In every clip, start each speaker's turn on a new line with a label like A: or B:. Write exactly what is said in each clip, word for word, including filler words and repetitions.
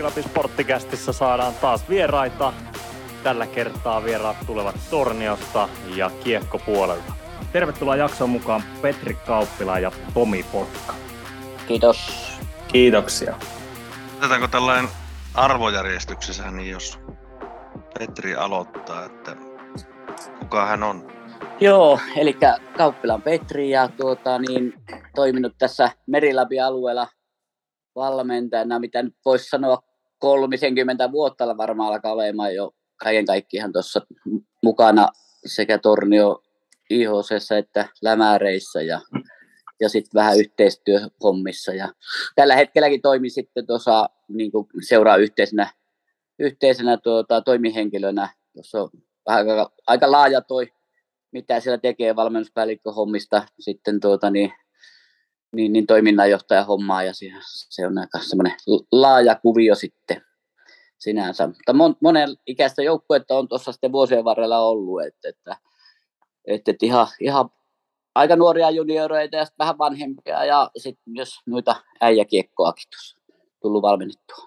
A: Lapin Sporttikästissä saadaan taas vieraita. Tällä kertaa vieraat tulevat Torniosta ja kiekkopuolelta. Tervetuloa jakson mukaan Petri Kauppila ja Tomi Pokka.
B: Kiitos.
C: Kiitoksia.
D: Otetaanko tällainen arvojärjestyksessä, niin jos Petri aloittaa, että kuka hän on?
B: Joo, eli Kauppila on Petri ja tuota, niin, toiminut tässä Merilapin alueella valmentajana, mitä nyt voisi sanoa kolmekymmentä vuotta varmaan alkaa olemaan jo kaiken kaikkiaan tuossa mukana sekä Tornio I H C:ssä että Lämäreissä ja, ja sitten vähän yhteistyöhommissa. Ja tällä hetkelläkin toimin sitten tuossa niin seuraa yhteisenä, yhteisenä tuota, toimihenkilönä, jossa on aika, aika laaja toi, mitä siellä tekee valmennuspäällikköhommista sitten tuota, niin, niin, niin toiminnanjohtaja hommaa ja se, se on aika semmoinen laaja kuvio sitten sinänsä. Mutta mon, monen ikäistä joukkuetta on tuossa sitten vuosien varrella ollut, että, että, että, että ihan, ihan aika nuoria junioreita ja vähän vanhempia ja sitten myös noita äijäkiekkoakin tuossa tullut valmennettua.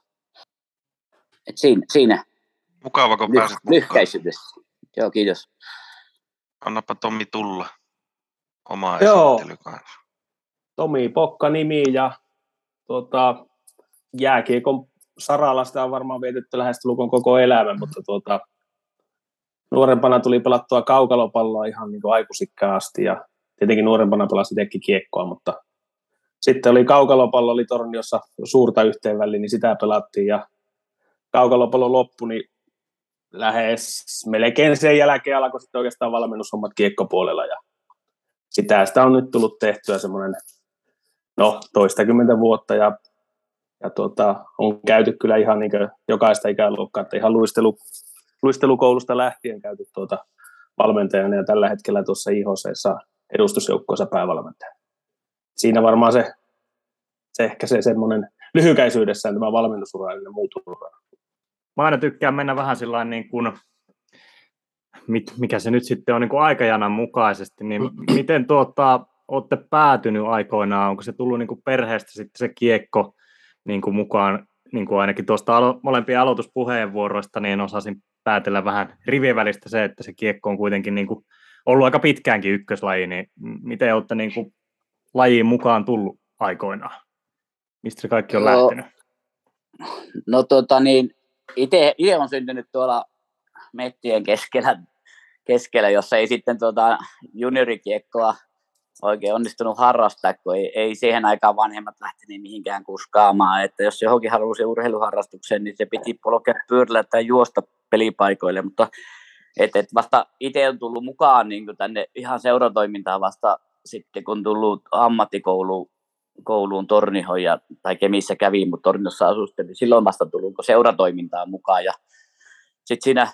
B: Et siinä, siinä.
D: Mukava, kun pääset mukaan.
B: Lyhkäisyydessä. Joo, kiitos.
D: Annapa Tomi tulla omaa esittely kanssa.
C: Tomi Pokka nimi ja tuota, jääkiekon saralla sitä on varmaan vietetty lähestulkoon koko elämä, mutta tuota, nuorempana tuli pelattua kaukalopalloa ihan niin kuin aikuisikkaan asti ja tietenkin nuorempana pelasi itsekin kiekkoa, mutta sitten oli kaukalopallo, oli Torniossa suurta yhteenväliä, niin sitä pelattiin ja kaukalopallo loppui, niin lähes melkein sen jälkeen alkoi sitten oikeastaan valmennushommat kiekkopuolella ja sitä, sitä on nyt tullut tehtyä semmoinen no toistakymmentä vuotta ja, ja tuota, on käyty kyllä ihan niin kuin jokaista ikäluokkaa, että ihan luistelu, luistelukoulusta lähtien käyty tuota valmentajana ja tällä hetkellä tuossa I H C:ssa edustusjoukkoissa päävalmentaja. Siinä varmaan se, se ehkä se semmoinen lyhykäisyydessään tämä valmennusura ja muut ura.
A: Mä aina tykkään mennä vähän sillain niin kuin, mikä se nyt sitten on niin kuin aikajanan mukaisesti, niin miten tuota, olette päätynyt aikoinaan, onko se tullut niin kuin perheestä sitten se kiekko niin kuin mukaan, niin kuin ainakin tuosta alo- molempien aloituspuheenvuoroista, niin osasin päätellä vähän rivien välistä se, että se kiekko on kuitenkin niin kuin ollut aika pitkäänkin ykköslaji, niin miten olette niin kuin lajiin mukaan tullut aikoinaan? Mistä se kaikki on no, lähtenyt?
B: No tota niin, itse on syntynyt tuolla mettien keskellä, keskellä jossa ei sitten tuota juniorikiekkoa oikein onnistunut harrastaa, kun ei, ei siihen aikaan vanhemmat lähteneet mihinkään kuskaamaan, että jos johonkin halusi urheiluharrastukseen, niin se piti polkea pyörällä tai juosta pelipaikoille, mutta et, et vasta itse on tullut mukaan niin tänne ihan seuratoimintaan vasta sitten, kun tullut ammattikouluun kouluun Tornioon ja, tai Kemissä kävin, mutta Torniossa asustelin, niin silloin vasta tullut seuratoimintaan mukaan ja sitten siinä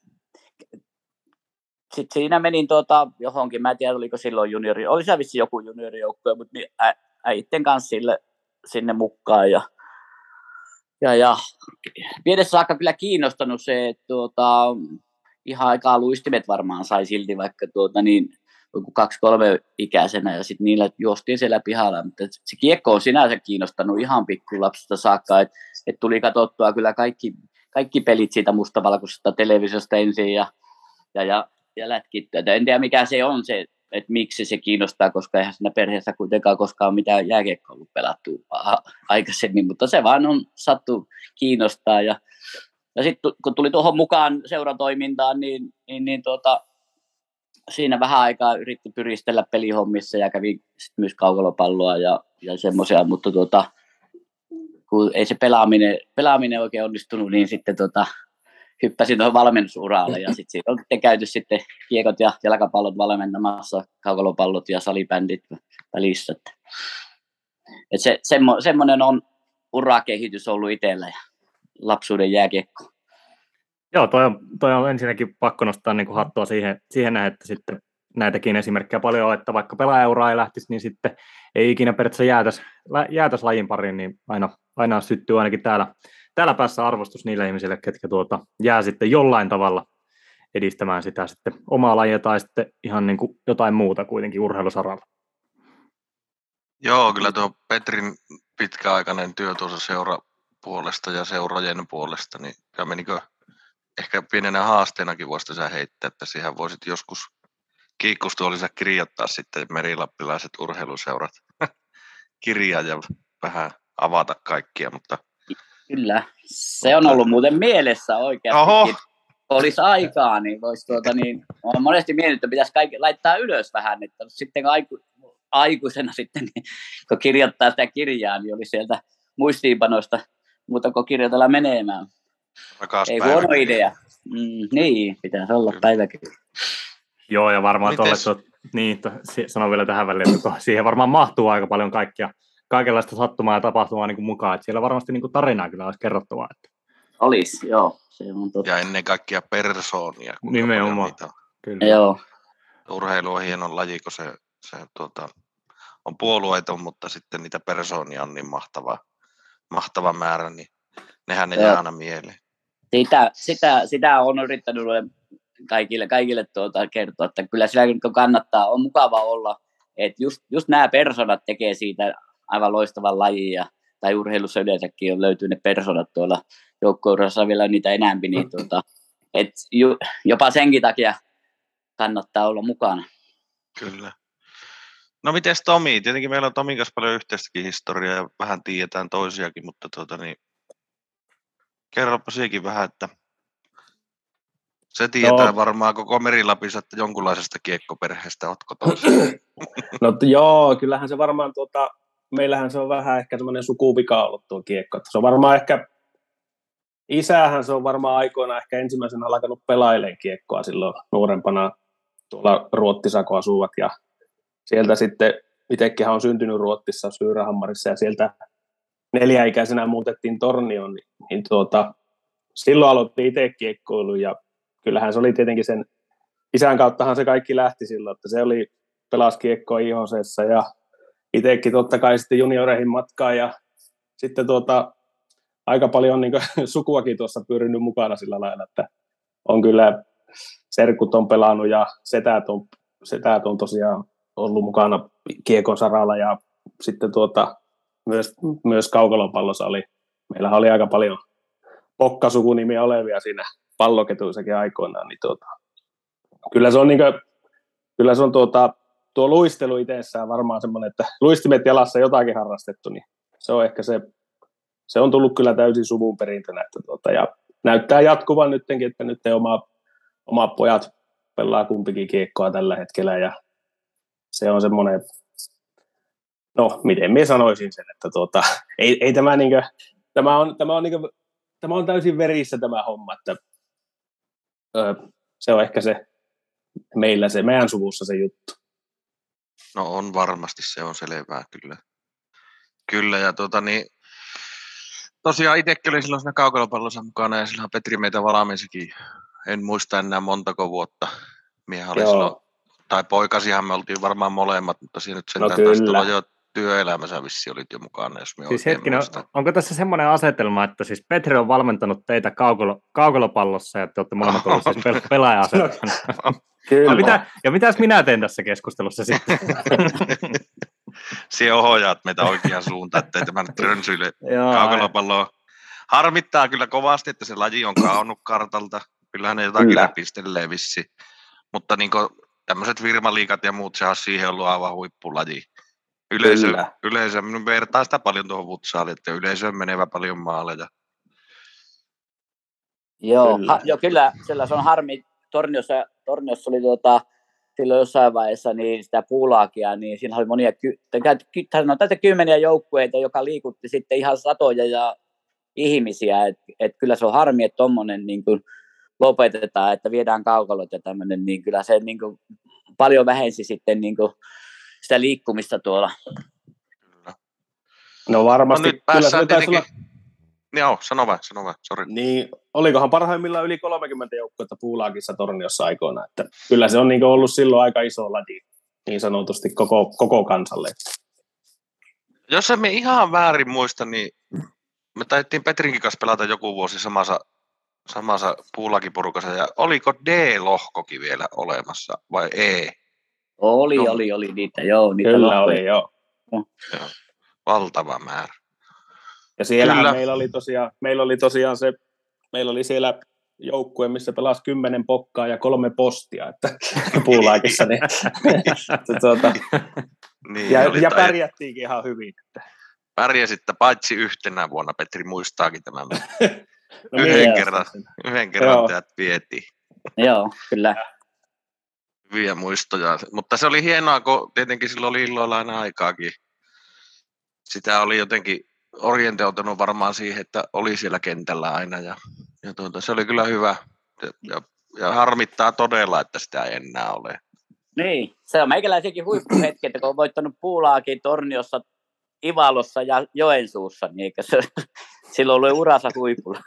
B: Sitten siinä menin tuota, johonkin, mä en tiedä oliko silloin juniori, oli se vissi joku juniorijoukkoja, mutta niin ä, äitten kanssa sille, sinne mukaan. Ja, ja, ja pienessä saakka kyllä kiinnostanut se, että tuota, ihan aikaa luistimet varmaan sai silti vaikka tuota, niin, joku kaksi-kolme ikäisenä ja sitten niillä juostiin siellä pihalla. Mutta se kiekko on sinänsä kiinnostanut ihan pikkulapsesta saakka, että et tuli katsottua kyllä kaikki, kaikki pelit siitä mustavalkoisesta televisiosta ensin ja, ja, ja ja lätkittyä. En tiedä mikä se on se, että miksi se kiinnostaa, koska eihän siinä perheessä kuitenkaan koskaan mitään jääkiekkoa ollut pelattu aikaisemmin, mutta se vaan on sattu kiinnostaa. Ja, ja sitten kun tuli tuohon mukaan seuratoimintaan, niin, niin, niin tuota, siinä vähän aikaa yritti pyristellä pelihommissa ja kävi sit myös kaukalopalloa ja, ja semmoisia, mutta tuota, kun ei se pelaaminen, pelaaminen oikein onnistunut, niin sitten tuota, hyppäsin tuohon valmennusuralle ja sitten siitä on sitten käyty sitten kiekot ja jalkapallot valmentamassa, kaukalopallot ja salibändit välissä. Et se, semmo, semmoinen on urakehitys ollut itsellä ja lapsuuden jääkiekko.
A: Joo, toi on, toi on ensinnäkin pakko nostaa niin kuin hattua siihen, siihen näin, että sitten näitäkin esimerkkejä paljon on, että vaikka pelaajaura ei lähtisi, niin sitten ei ikinä periaatteessa jäätäisi, jäätäisi lajin pariin, niin aina, aina syttyy ainakin täällä, täällä päässä arvostus niille ihmisille, ketkä tuota, jää sitten jollain tavalla edistämään sitä sitten omaa lajia tai sitten ihan niin kuin jotain muuta kuitenkin urheilusaralla. Joo,
D: kyllä tuo Petrin pitkäaikainen työ tuossa seura puolesta ja seurojen puolesta, niin kyllä me niin ehkä pienenä haasteenakin voisi tässä heittää, että siihen voisit joskus kiikkustuolissa kirjoittaa sitten merilappilaiset urheiluseurat kirjaa ja vähän avata kaikkia, mutta...
B: Kyllä, se on ollut muuten mielessä oikeasti. Olisi aikaa, niin voisi tuota niin, olen monesti miettinyt, että pitäisi kaikki laittaa ylös vähän, että sitten kun aiku, aikuisena sitten, niin, kun kirjoittaa sitä kirjaa, niin oli sieltä muistiinpanoista muuta kuin kirjoitella menemään.
D: Rakas
B: ei huono idea. Mm, niin, pitäisi olla päiväkirja.
A: Joo, ja varmaan tuolle, tuo, niin, to, sanon vielä tähän väliin, että to, siihen varmaan mahtuu aika paljon kaikkia, kaikenlaista sattumaa ja tapahtumaa niin kuin mukaan, että siellä varmasti niin kuin tarinaa kyllä olisi kerrottavaa. Että.
B: Olisi, joo. Se on totta.
D: Ja ennen kaikkea persoonia.
A: Nimenomaan, kyllä.
B: Joo.
D: Urheilu on hieno laji, kun se, se tuota, on puolueeton, mutta sitten niitä persoonia on niin mahtava, mahtava määrä, niin nehän ei jää aina mieleen.
B: Sitä, sitä, sitä on yrittänyt kaikille, kaikille tuota kertoa, että kyllä sillä kannattaa, on mukava olla, että just, just nämä persoonat tekee siitä aivan loistavan lajin, ja, tai urheilussa yleensäkin on löytyy ne persoonat tuolla joukkueurassa vielä niitä enemmän, niin tuota, et ju, jopa senkin takia kannattaa olla mukana.
D: Kyllä. No mites Tomi? Tietenkin meillä on Tomin kanssa paljon yhteistäkin historiaa ja vähän tiedetään toisiakin, mutta tuota niin, kerropa siihenkin vähän, että se tietää no. varmaan koko Merilapissa, että jonkunlaisesta kiekkoperheestä ootko tosi?
C: No joo, kyllähän se varmaan, tuota, meillähän se on vähän ehkä semmoinen sukuvika ollut tuo kiekko. Se on varmaan ehkä, isähän se on varmaan aikoina ehkä ensimmäisenä alkanut pelailemaan kiekkoa silloin nuorempana tuolla Ruotsissa, kun asuvat. Ja sieltä sitten, itsekin on syntynyt Ruotsissa, Syyrähammarissa, ja sieltä neljäikäisenä muutettiin Tornioon, niin, niin tuota, silloin aloitti itse kiekkoilun, ja kyllähän se oli tietenkin sen isän kauttahan se kaikki lähti silloin, että se oli pelasi kiekkoa I H C:ssä ja itsekin totta kai sitten junioreihin matkaan ja sitten tuota, aika paljon niin kuin, sukuakin tuossa pyörinyt mukana sillä lailla, että on kyllä serkut on pelannut ja setät on, setät on tosiaan ollut mukana kiekon saralla ja sitten tuota, myös, myös kaukalopallossa oli, meillähän oli aika paljon pokkasukunimiä olevia siinä palloketuissakin aikoinaan, niin tuota, kyllä se on, niin kuin, kyllä se on tuota, tuo luistelu itsessään varmaan semmoinen, että luistimet jalassa jotakin harrastettu, niin se on ehkä se, se on tullut kyllä täysin suvun perintönä, että tuota, ja näyttää jatkuvan nytkin, että nyt oma, omat pojat pelaa kumpikin kiekkoa tällä hetkellä, ja se on semmoinen, no miten minä sanoisin sen, että tuota, ei, ei tämä niin kuin, tämä on, tämä on niin kuin, tämä on täysin verissä tämä homma, että öö, se on ehkä se meillä se, meidän suvussa se juttu.
D: No on varmasti, se on selvää kyllä. Kyllä ja tuota niin, tosiaan itsekin olin silloin siinä kaukalopallossa mukana ja silloin Petri meitä valmiisikin. En muista enää montako vuotta. Miehän oli silloin, tai poikasihan me oltiin varmaan molemmat, mutta siinä nyt sentään no taisi tulla jo työelämässä vissi olit jo mukana, jos me
A: siis hetkinen, onko tässä semmoinen asetelma, että siis Petri on valmentanut teitä kaukalo, kaukalopallossa ja te olette molemmat olleet siis pel- pelaaja-asetelmassa?
C: Kyllä.
A: Ja, mitä, ja mitäs minä teen tässä keskustelussa sitten?
D: Siellä ohjaat meitä oikeaan suuntaan, ettei tämä nyt rönsyile kaukalopalloa. Harmittaa kyllä kovasti, että se laji on kaonnut kartalta. Kyllähän ne jotakin kyllä repistelee vissi. Mutta niin tämmöiset firmaliikat ja muut, se on siihen ollut aivan huippulaji. Yleisö, yleisö vertaa sitä paljon tuohon futsaaliin, että yleisöön menevä paljon maaleja.
B: Joo, kyllä, ha, jo, kyllä siellä se on harmi. Torniossa, Torniossa oli tuota, silloin jossain vaiheessa niin sitä puulaakia, niin siinä oli monia, no, tätä kymmeniä joukkueita, joka liikutti sitten ihan satoja ja ihmisiä. Et, et kyllä se on harmi, että tuommoinen niin kuin lopetetaan, että viedään kaukalot ja tämmöinen, niin kyllä se niin kuin paljon vähensi sitten niin kuin sitä liikkumista tuolla.
D: Kyllä.
C: No varmasti.
D: No nyt päässään tietenkin. Olla... Joo, sano vaan, sano vaan, sori.
C: Niin, olikohan parhaimmillaan yli kolmekymmentä joukkuetta puulaakissa Torniossa aikoina, että kyllä se on niin ollut silloin aika iso laji, niin sanotusti koko, koko kansalle.
D: Jos emme ihan väärin muista, niin me taidettiin Petrinkin kanssa pelata joku vuosi samassa, samassa puulaakiporukassa, ja oliko D-lohkokin vielä olemassa, vai E?
B: Oli, no. oli, oli niitä, joo. Niitä
C: kyllä lohkoja. Oli, joo.
D: joo. Valtava määrä.
C: Ja siellä meillä oli tosiaan, meillä oli tosiaan se, meillä oli siellä joukkue, missä pelasi kymmenen pokkaa ja kolme postia, että Puulaakissa, niin, tuota, niin, ja, ja pärjättiinkin ihan hyvin.
D: Pärjäsitte paitsi yhtenä vuonna, Petri muistaakin tämän. no, yhden, kerran, yhden kerran teidät vietiin.
B: Joo, kyllä.
D: Hyviä muistoja, mutta se oli hienoa, kun tietenkin silloin oli illoilla aina aikaakin. Sitä oli jotenkin orientoitunut varmaan siihen, että oli siellä kentällä aina ja, ja tuota, se oli kyllä hyvä ja, ja, ja harmittaa todella, että sitä ei enää ole.
B: Niin, se on meikäläisenkin huippuhetki, että kun on voittanut Puulaakin Torniossa, Ivalossa ja Joensuussa, niin eikö se silloin oli uransa huipulla.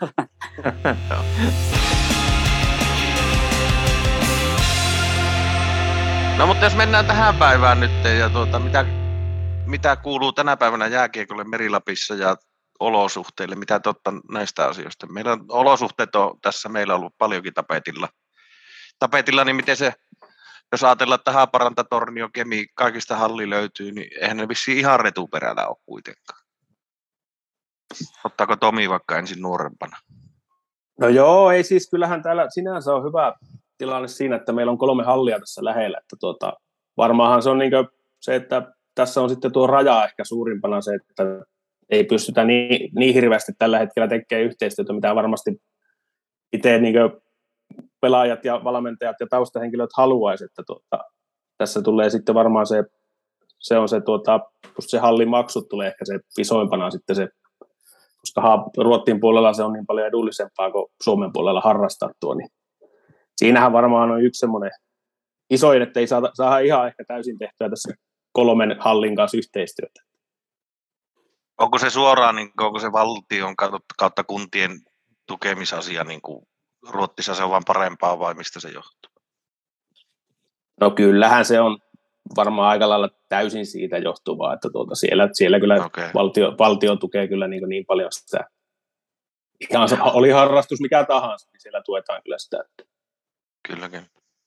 D: No mutta jos mennään tähän päivään nyt ja tuota, mitä, mitä kuuluu tänä päivänä jääkiekolle Meri-Lapissa ja olosuhteille, mitä totta näistä asioista? Meillä on, olosuhteet on tässä meillä ollut paljonkin tapetilla. Tapetilla, niin miten se, jos ajatellaan, että Haaparanta, Tornio, Kemi, kaikista halli löytyy, niin eihän ne vissiin ihan retuperällä ole kuitenkaan. Ottaako Tomi vaikka ensin nuorempana?
C: No joo, ei siis, kyllähän täällä sinänsä on hyvä tilanne siinä, että meillä on kolme hallia tässä lähellä, että tuota, varmaanhan se on niin se, että tässä on sitten tuo raja ehkä suurimpana se, että ei pystytä niin, niin hirveästi tällä hetkellä tekemään yhteistyötä, mitä varmasti itse niin pelaajat ja valmentajat ja taustahenkilöt haluaisivat, että tuota, tässä tulee sitten varmaan se, se on se, tuota, just se hallin maksut tulee ehkä se isoimpana sitten se, koska Ruotsin puolella se on niin paljon edullisempaa kuin Suomen puolella harrastaa tuo, niin siinähän varmaan on yksi semmoinen isoin, että ei saada, saada ihan ehkä täysin tehtyä tässä kolmen hallin kanssa yhteistyötä.
D: Onko se suoraan, niin onko se valtion kautta kuntien tukemisasia, niin kuin Ruotsissa se on vaan parempaa vai mistä se johtuu?
C: No kyllähän se on varmaan aika lailla täysin siitä johtuvaa, että tuota siellä, siellä kyllä okay. valtio, valtio tukee kyllä niin, niin paljon sitä. Ihan se, oli harrastus mikä tahansa, niin siellä tuetaan kyllä sitä.
D: Kylläkin.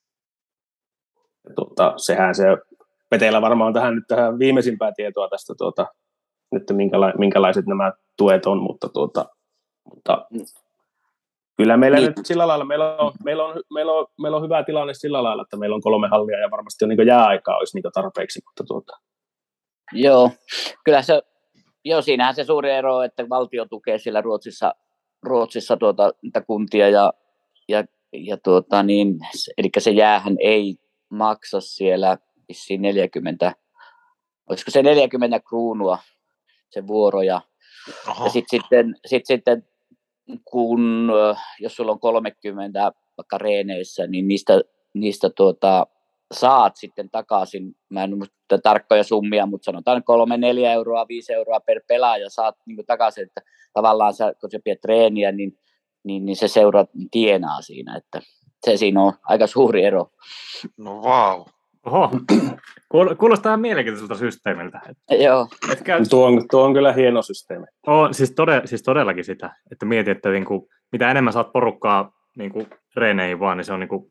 C: Tuota, sehän se, Peteillä varmaan on tähän nyt tähän viimeisimpää tietoa tästä, tuota, nyt minkäla, minkälaiset nämä tuet on, mutta, tuota, mutta kyllä meillä niin. nyt sillä lailla, meillä on, meillä, on, meillä, on, meillä on hyvä tilanne sillä lailla, että meillä on kolme hallia ja varmasti on niin jääaikaa olisi niitä tarpeeksi. Mutta tuota.
B: Joo, kyllä se, joo, siinähän se suuri ero, että valtio tukee siellä Ruotsissa, Ruotsissa tuota, niitä kuntia ja, ja, ja tuota, niin, eli se jäähän ei maksa siellä vissiin neljäkymmentä, olisiko se neljäkymmentä kruunua se vuoro ja, ja sitten sitten, sit, sitten kun jos sulla on kolmekymmentä vaikka reeneissä, niin niistä, niistä tuota, saat sitten takaisin, mä en muista tarkkoja summia, mutta sanotaan kolme, neljä euroa, viisi euroa per pelaaja saat niin takaisin, että tavallaan sä, kun sä pidät treeniä, niin, niin, niin se seura tienaa siinä, että se siinä on aika suuri ero.
D: No vau. Wow.
A: Oho, kuulostaa ihan mielenkiintoiselta systeemiltä.
B: Joo.
C: Käy... Tuo, on, tuo on kyllä hieno systeemi.
A: On, siis, todella, siis todellakin sitä, että mieti, että niinku, mitä enemmän saat porukkaa niinku, reeneihin vaan, niin se on, niinku,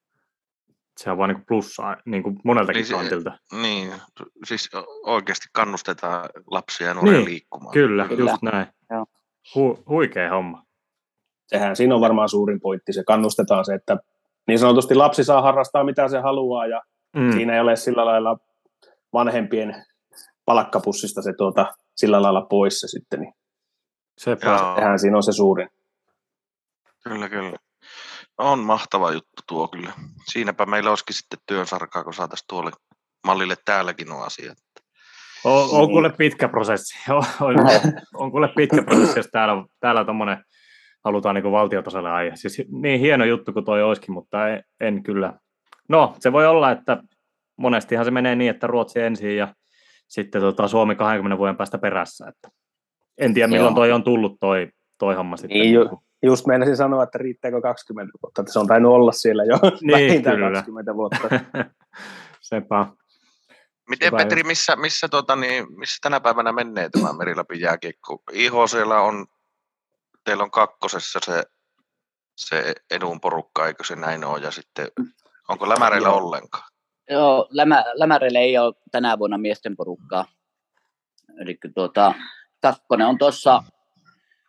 A: se on vaan niinku plussaa niinku, moneltakin niin, kantilta.
D: Niin, siis oikeasti kannustetaan lapsia ja nuoria niin, liikkumaan.
A: Kyllä, kyllä, just näin. Hu, huikea homma.
C: Sehän siinä on varmaan suurin pointti, se kannustetaan se, että niin sanotusti lapsi saa harrastaa mitä se haluaa ja mm. siinä ei ole sillä lailla vanhempien palkkapussista se tuota, sillä lailla pois se sitten. Niin sehän siinä on se suurin.
D: Kyllä, kyllä. On mahtava juttu tuo kyllä. Siinäpä meillä olisikin sitten työnsarkaa, kun saataisiin tuolle mallille täälläkin nuo asiat.
A: On, on kuule pitkä prosessi. On, on, on kuule pitkä prosessi, jos täällä, täällä tommoinen halutaan niin valtiotasolle aihe. Siis niin hieno juttu kuin toi olisikin, mutta en, en kyllä. No, se voi olla, että monestihan se menee niin, että Ruotsi ensin ja sitten tota, Suomi kaksikymmentä vuoden päästä perässä. Että en tiedä, milloin toi on tullut toi, toi homma sitten.
C: Niin, ju, just meinasin sanoa, että riittääkö kaksikymmentä vuotta, että se on tainnut olla siellä jo niin, vähintään kyllä. kaksikymmentä vuotta.
A: Sepä.
D: Miten Sepä Petri, missä, missä, tota, niin, missä tänä päivänä menee tämä Meri-Lapin jääkiekko? I H C:llä on teillä on kakkosessa se, se edun porukka, eikö se näin ole? Ja sitten, onko Lämäreillä Joo. ollenkaan?
B: Joo, Lämä, Lämäreillä ei ole tänä vuonna miesten porukkaa. Eli tuota, kakkonen on tuossa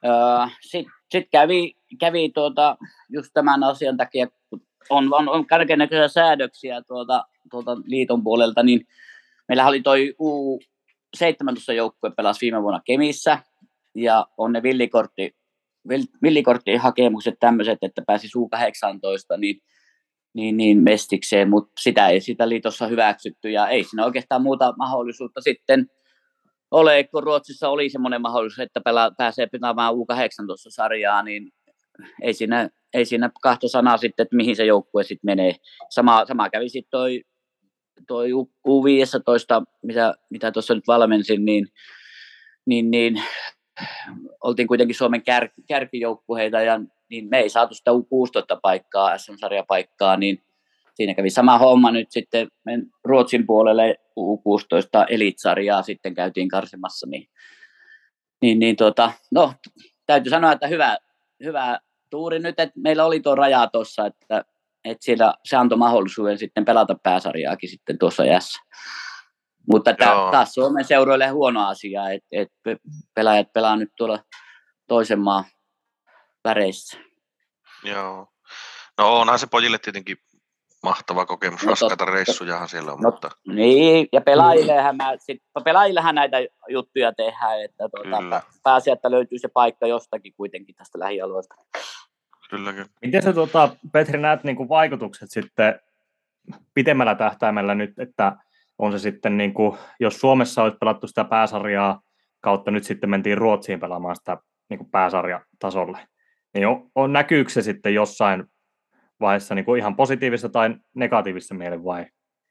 B: Öö, Sitten sit kävi, kävi tuota, just tämän asian takia, on, on, on kaikennäköisiä säädöksiä tuota, tuota liiton puolelta, niin meillähän oli toi U seitsemäntoista joukkue pelasi viime vuonna Kemissä, ja on ne villikortti, villikorttihakemukset tämmöiset, että pääsi U kahdeksantoista, niin, niin, niin mestikseen, mutta sitä ei sitä liitossa hyväksytty, ja ei siinä oikeastaan muuta mahdollisuutta sitten ole, kun Ruotsissa oli semmoinen mahdollisuus, että pelaa, pääsee pelaamaan U kahdeksantoista-sarjaa, niin ei siinä, ei siinä kahta sanaa sitten, että mihin se joukkue sitten menee. Sama, sama kävi sitten toi, toi U viisitoista, mitä, mitä tuossa nyt valmensin, niin, niin, niin oltiin kuitenkin Suomen kär, kärkijoukkueita, ja niin me ei saatu sitä U kuusitoista-paikkaa, S M-sarjapaikkaa, niin siinä kävi sama homma nyt sitten Ruotsin puolelle U kuusitoista elitsarjaa sitten käytiin karsimassa, niin, niin, niin tota, no, täytyy sanoa, että hyvä, hyvä tuuri nyt, että meillä oli tuo raja tuossa, että, että siellä se antoi mahdollisuuden sitten pelata pääsarjaakin sitten tuossa ajassa. Mutta tämä, taas Suomen seuroille huono asia, että, että pelaajat pelaa nyt tuolla toisen maan väreissä.
D: Joo. No onhan se pojille tietenkin mahtava kokemus, no, raskaita reissujahan siellä on.
B: No,
D: mutta...
B: Niin, ja pelaajillehän, mä, sit, pelaajillehän näitä juttuja tehdään, että tuota, pääsee, että löytyy se paikka jostakin kuitenkin tästä lähialueelta.
D: Kyllä, kyllä.
A: Miten sä, tuota, Petri, näet niin kuin vaikutukset sitten pitemmällä tähtäimellä nyt, että on se sitten, niin kuin, jos Suomessa olisi pelattu sitä pääsarjaa kautta, nyt sitten mentiin Ruotsiin pelaamaan sitä niin kuin pääsarjatasolle, niin on, on, näkyykö se sitten jossain vaiheessa niin kuin ihan positiivista tai negatiivista mielen vai?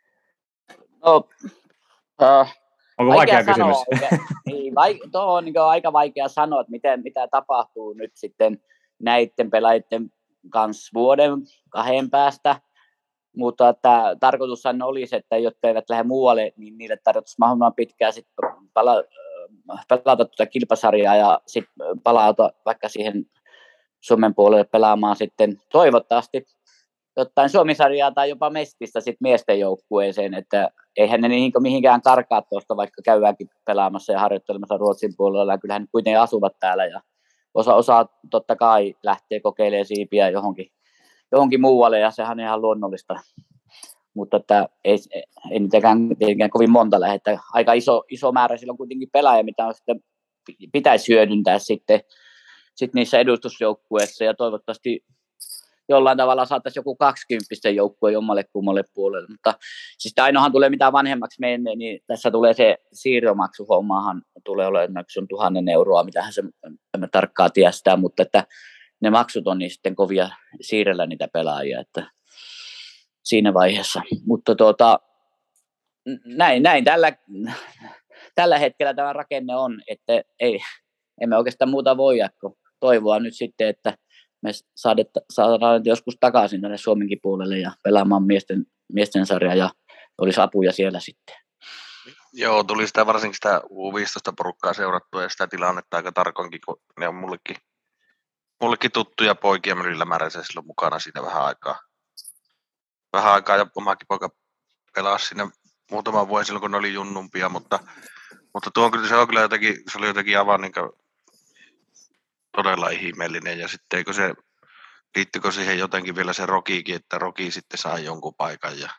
B: No, uh,
A: onko vaikea, vaikea
B: sanoa,
A: kysymys?
B: Eikä, niin, vaik, tuo on niin aika vaikea sanoa, että miten, mitä tapahtuu nyt sitten näiden pelaajien kanssa vuoden, kahden päästä. Mutta että tarkoitushan olisi, että jotka eivät lähde muualle, niin niille tarkoitus mahdollisimman pitkään sit pala, pelata tuota kilpasarjaa ja sitten palata vaikka siihen Suomen puolelle pelaamaan sitten toivottavasti jotain Suomi-sarjaa tai jopa mestistä sitten miesten joukkueeseen, että eihän ne niin mihinkään karkaa tuosta, vaikka käydäänkin pelaamassa ja harjoittelemassa Ruotsin puolella, kyllähän ne kuitenkin asuvat täällä ja osa, osa totta kai lähtee kokeilemaan siipiä johonkin, johonkin muualle ja sehän on ihan luonnollista, mutta että ei, ei niitäkään tietenkään kovin monta lähde, aika iso, iso määrä silloin kuitenkin pelaaja, mitä on sitten, pitäisi hyödyntää sitten, sitten niissä edustusjoukkueissa ja toivottavasti jollain tavalla saataisiin joku kaksikymppisten joukkue jommalle kummalle puolelle, mutta siis ainoahan tulee mitä vanhemmaksi menee, niin tässä tulee se siirromaksuhommahan, tulee olemaan, se on tuhannen euroa, mitähän se emme tarkkaan tiedä, mutta että ne maksut on niin sitten kovia siirrellä niitä pelaajia, että siinä vaiheessa, mutta tuota, näin, näin tällä, tällä hetkellä tämä rakenne on, että ei, emme oikeastaan muuta voi toivoa nyt sitten, että me saadaan joskus takaisin tänne Suomenkin puolelle ja pelaamaan miesten, miesten sarjaa ja olisi apuja siellä sitten.
D: Joo, tuli sitä varsinkin sitä U viisitoista porukkaa seurattua ja sitä tilannetta aika tarkoinkin, kun ne on mullekin, mullekin tuttuja poikia Mylillä määräisen silloin mukana siinä vähän aikaa. Vähän aikaa ja omakin poika pelasi siinä muutama vuosi silloin, kun ne oli junnumpia, mutta, mutta tuo on kyllä, se on kyllä jotenkin, se oli jotenkin aivan niin kuin todella ihmeellinen, ja sitten eikö se, liittyykö siihen jotenkin vielä se Rokikin, että Roki sitten sai jonkun paikan, ja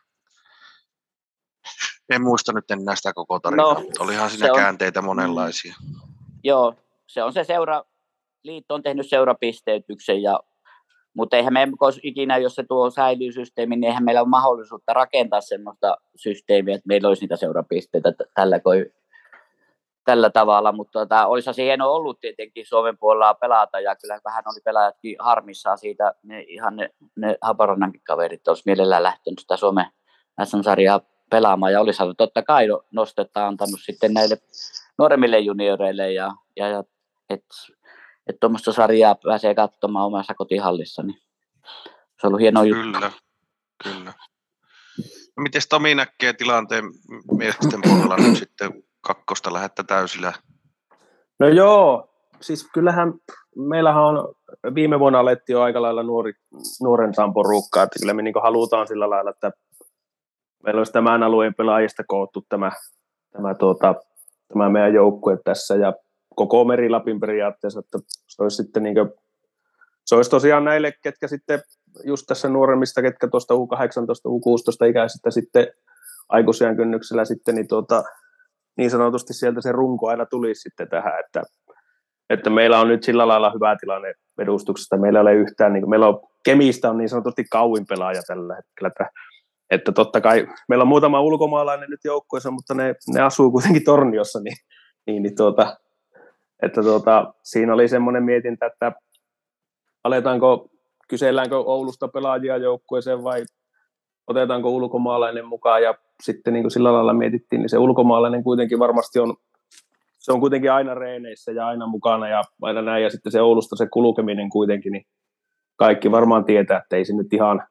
D: en muista nyt enää sitä koko tarinaa, no, mutta olihan siinä on käänteitä monenlaisia.
B: Mm, joo, se on se seura, liitto on tehnyt seurapisteytyksen, ja, mutta eihän me ikinä, jos se tuo säilyy systeemi, niin eihän meillä ole mahdollisuutta rakentaa sellaista systeemiä, että meillä olisi niitä seurapisteitä tällä koi. Tällä tavalla, mutta tota, olisi se hienoa ollut tietenkin Suomen puolella pelata, ja kyllä vähän oli pelaajatkin harmissaan siitä, ne, ihan ne, ne Haparannankin kaverit olisi mielellään lähtenyt sitä Suomen S M-sarjaa pelaamaan, ja olisi totta kai nostetta antanut sitten näille nuoremmille junioreille, ja, ja, ja että et tuommoista sarjaa pääsee katsomaan omassa kotihallissa, niin se on ollut hieno juttu.
D: Kyllä, kyllä. No, miten Tomi näkee tilanteen miesten puolella nyt sitten kakkosta lähettä täysillä?
C: No joo, siis kyllähän meillähän on, viime vuonna alettiin jo aika lailla nuori, nuorempaan porukkaa, että kyllä me niin halutaan sillä lailla, että meillä olisi tämän alueen pelaajista koottu tämä, tämä, tuota, tämä meidän joukkue tässä ja koko Meri-Lapin periaatteessa, että se olisi sitten niin kuin, se olisi tosiaan näille, ketkä sitten just tässä nuoremmista, ketkä tuosta U kahdeksantoista, U kuusitoista ikäisistä sitten aikuisiän kynnyksellä sitten, niin, tuota, niin sanotusti sieltä se runko aina tulisi sitten tähän, että, että meillä on nyt sillä lailla hyvä tilanne edustuksesta, meillä ei ole yhtään, niin kuin, meillä on Kemistä on niin sanotusti kauin pelaaja tällä hetkellä, että, että totta kai meillä on muutama ulkomaalainen nyt joukkueessa, mutta ne, ne asuu kuitenkin Torniossa, niin, niin, niin tuota, että tuota, siinä oli semmoinen mietintä, että aletaanko, kyselläänkö Oulusta pelaajia joukkueeseen vai otetaanko ulkomaalainen mukaan, ja sitten niin kuin sillä lailla mietittiin, niin se ulkomaalainen kuitenkin varmasti on, se on kuitenkin aina reeneissä ja aina mukana ja aina näin, ja sitten se Oulusta se kulkeminen kuitenkin, niin kaikki varmaan tietää, että ei se nyt ihan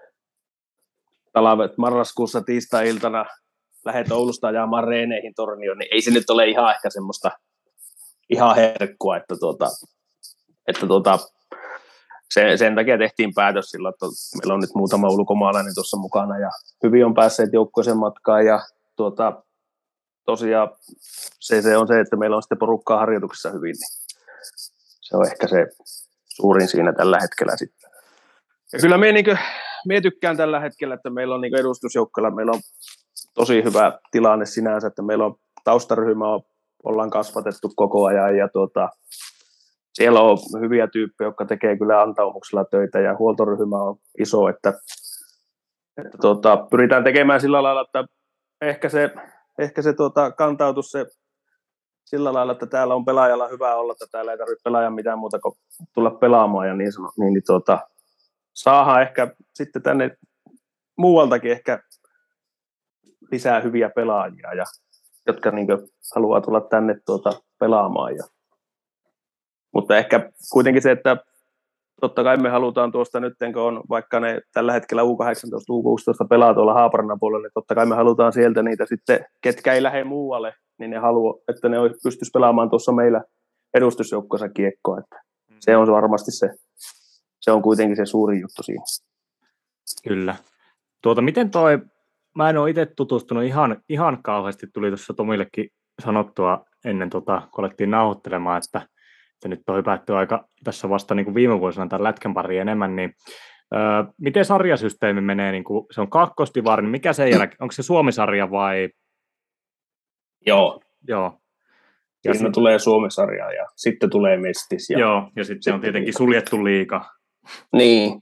C: talvet marraskuussa tiistai-iltana lähdet Oulusta ajamaan reeneihin Tornioon, niin ei se nyt ole ihan ehkä semmoista ihan herkkua, että, tuota, että tuota, sen, sen takia tehtiin päätös sillä, että meillä on nyt muutama ulkomaalainen tuossa mukana ja hyvin on päässeet joukkueeseen matkaan ja tuota, tosiaan se, se on se, että meillä on sitten porukkaa harjoituksessa hyvin, niin se on ehkä se suurin siinä tällä hetkellä sitten. Ja kyllä me, niin kuin, me tykkään tällä hetkellä, että meillä on niin edustusjoukkoilla, meillä on tosi hyvä tilanne sinänsä, että meillä on taustaryhmä, ollaan kasvatettu koko ajan ja tuota, siellä on hyviä tyyppejä, jotka tekee kyllä antaumuksella töitä ja huoltoryhmä on iso, että, että tuota, pyritään tekemään sillä lailla, että ehkä se, ehkä se tuota, kantautus se sillä lailla, että täällä on pelaajalla hyvä olla, että täällä ei tarvitse pelaajan mitään muuta kuin tulla pelaamaan ja niin, niin, niin tuota, saadaan ehkä sitten tänne muualtakin ehkä lisää hyviä pelaajia, ja, jotka niin kuin, haluaa tulla tänne tuota, pelaamaan. Ja. Mutta ehkä kuitenkin se, että totta kai me halutaan tuosta nyt, kun on vaikka ne tällä hetkellä U kahdeksantoista, U kuusitoista pelaa tuolla Haaparannan puolella, niin totta kai me halutaan sieltä niitä sitten, ketkä ei lähde muualle, niin ne haluaa, että ne pystyisi pelaamaan tuossa meillä edustusjoukkoissa kiekkoa. Että se on varmasti se, se on kuitenkin se suuri juttu siinä.
A: Kyllä. Tuota, miten toi, mä en ole itse tutustunut ihan, ihan kauheasti, tuli tuossa Tomillekin sanottua ennen, tota, kun alettiin nauhoittelemaan, että, että nyt on hypätty aika tässä vasta niin kuin viime vuosina tämän lätkän pari enemmän, niin öö, miten sarjasysteemi menee, niin kuin, se on kakkostivari, niin mikä sen jälkeen, onko se Suomi-sarja vai?
C: Joo.
A: Joo.
C: Ja siinä sit... tulee Suomi-sarja ja sitten tulee Mestis. Ja
A: joo, ja sitten, sitten on tietenkin liiga. Suljettu liiga.
C: Niin.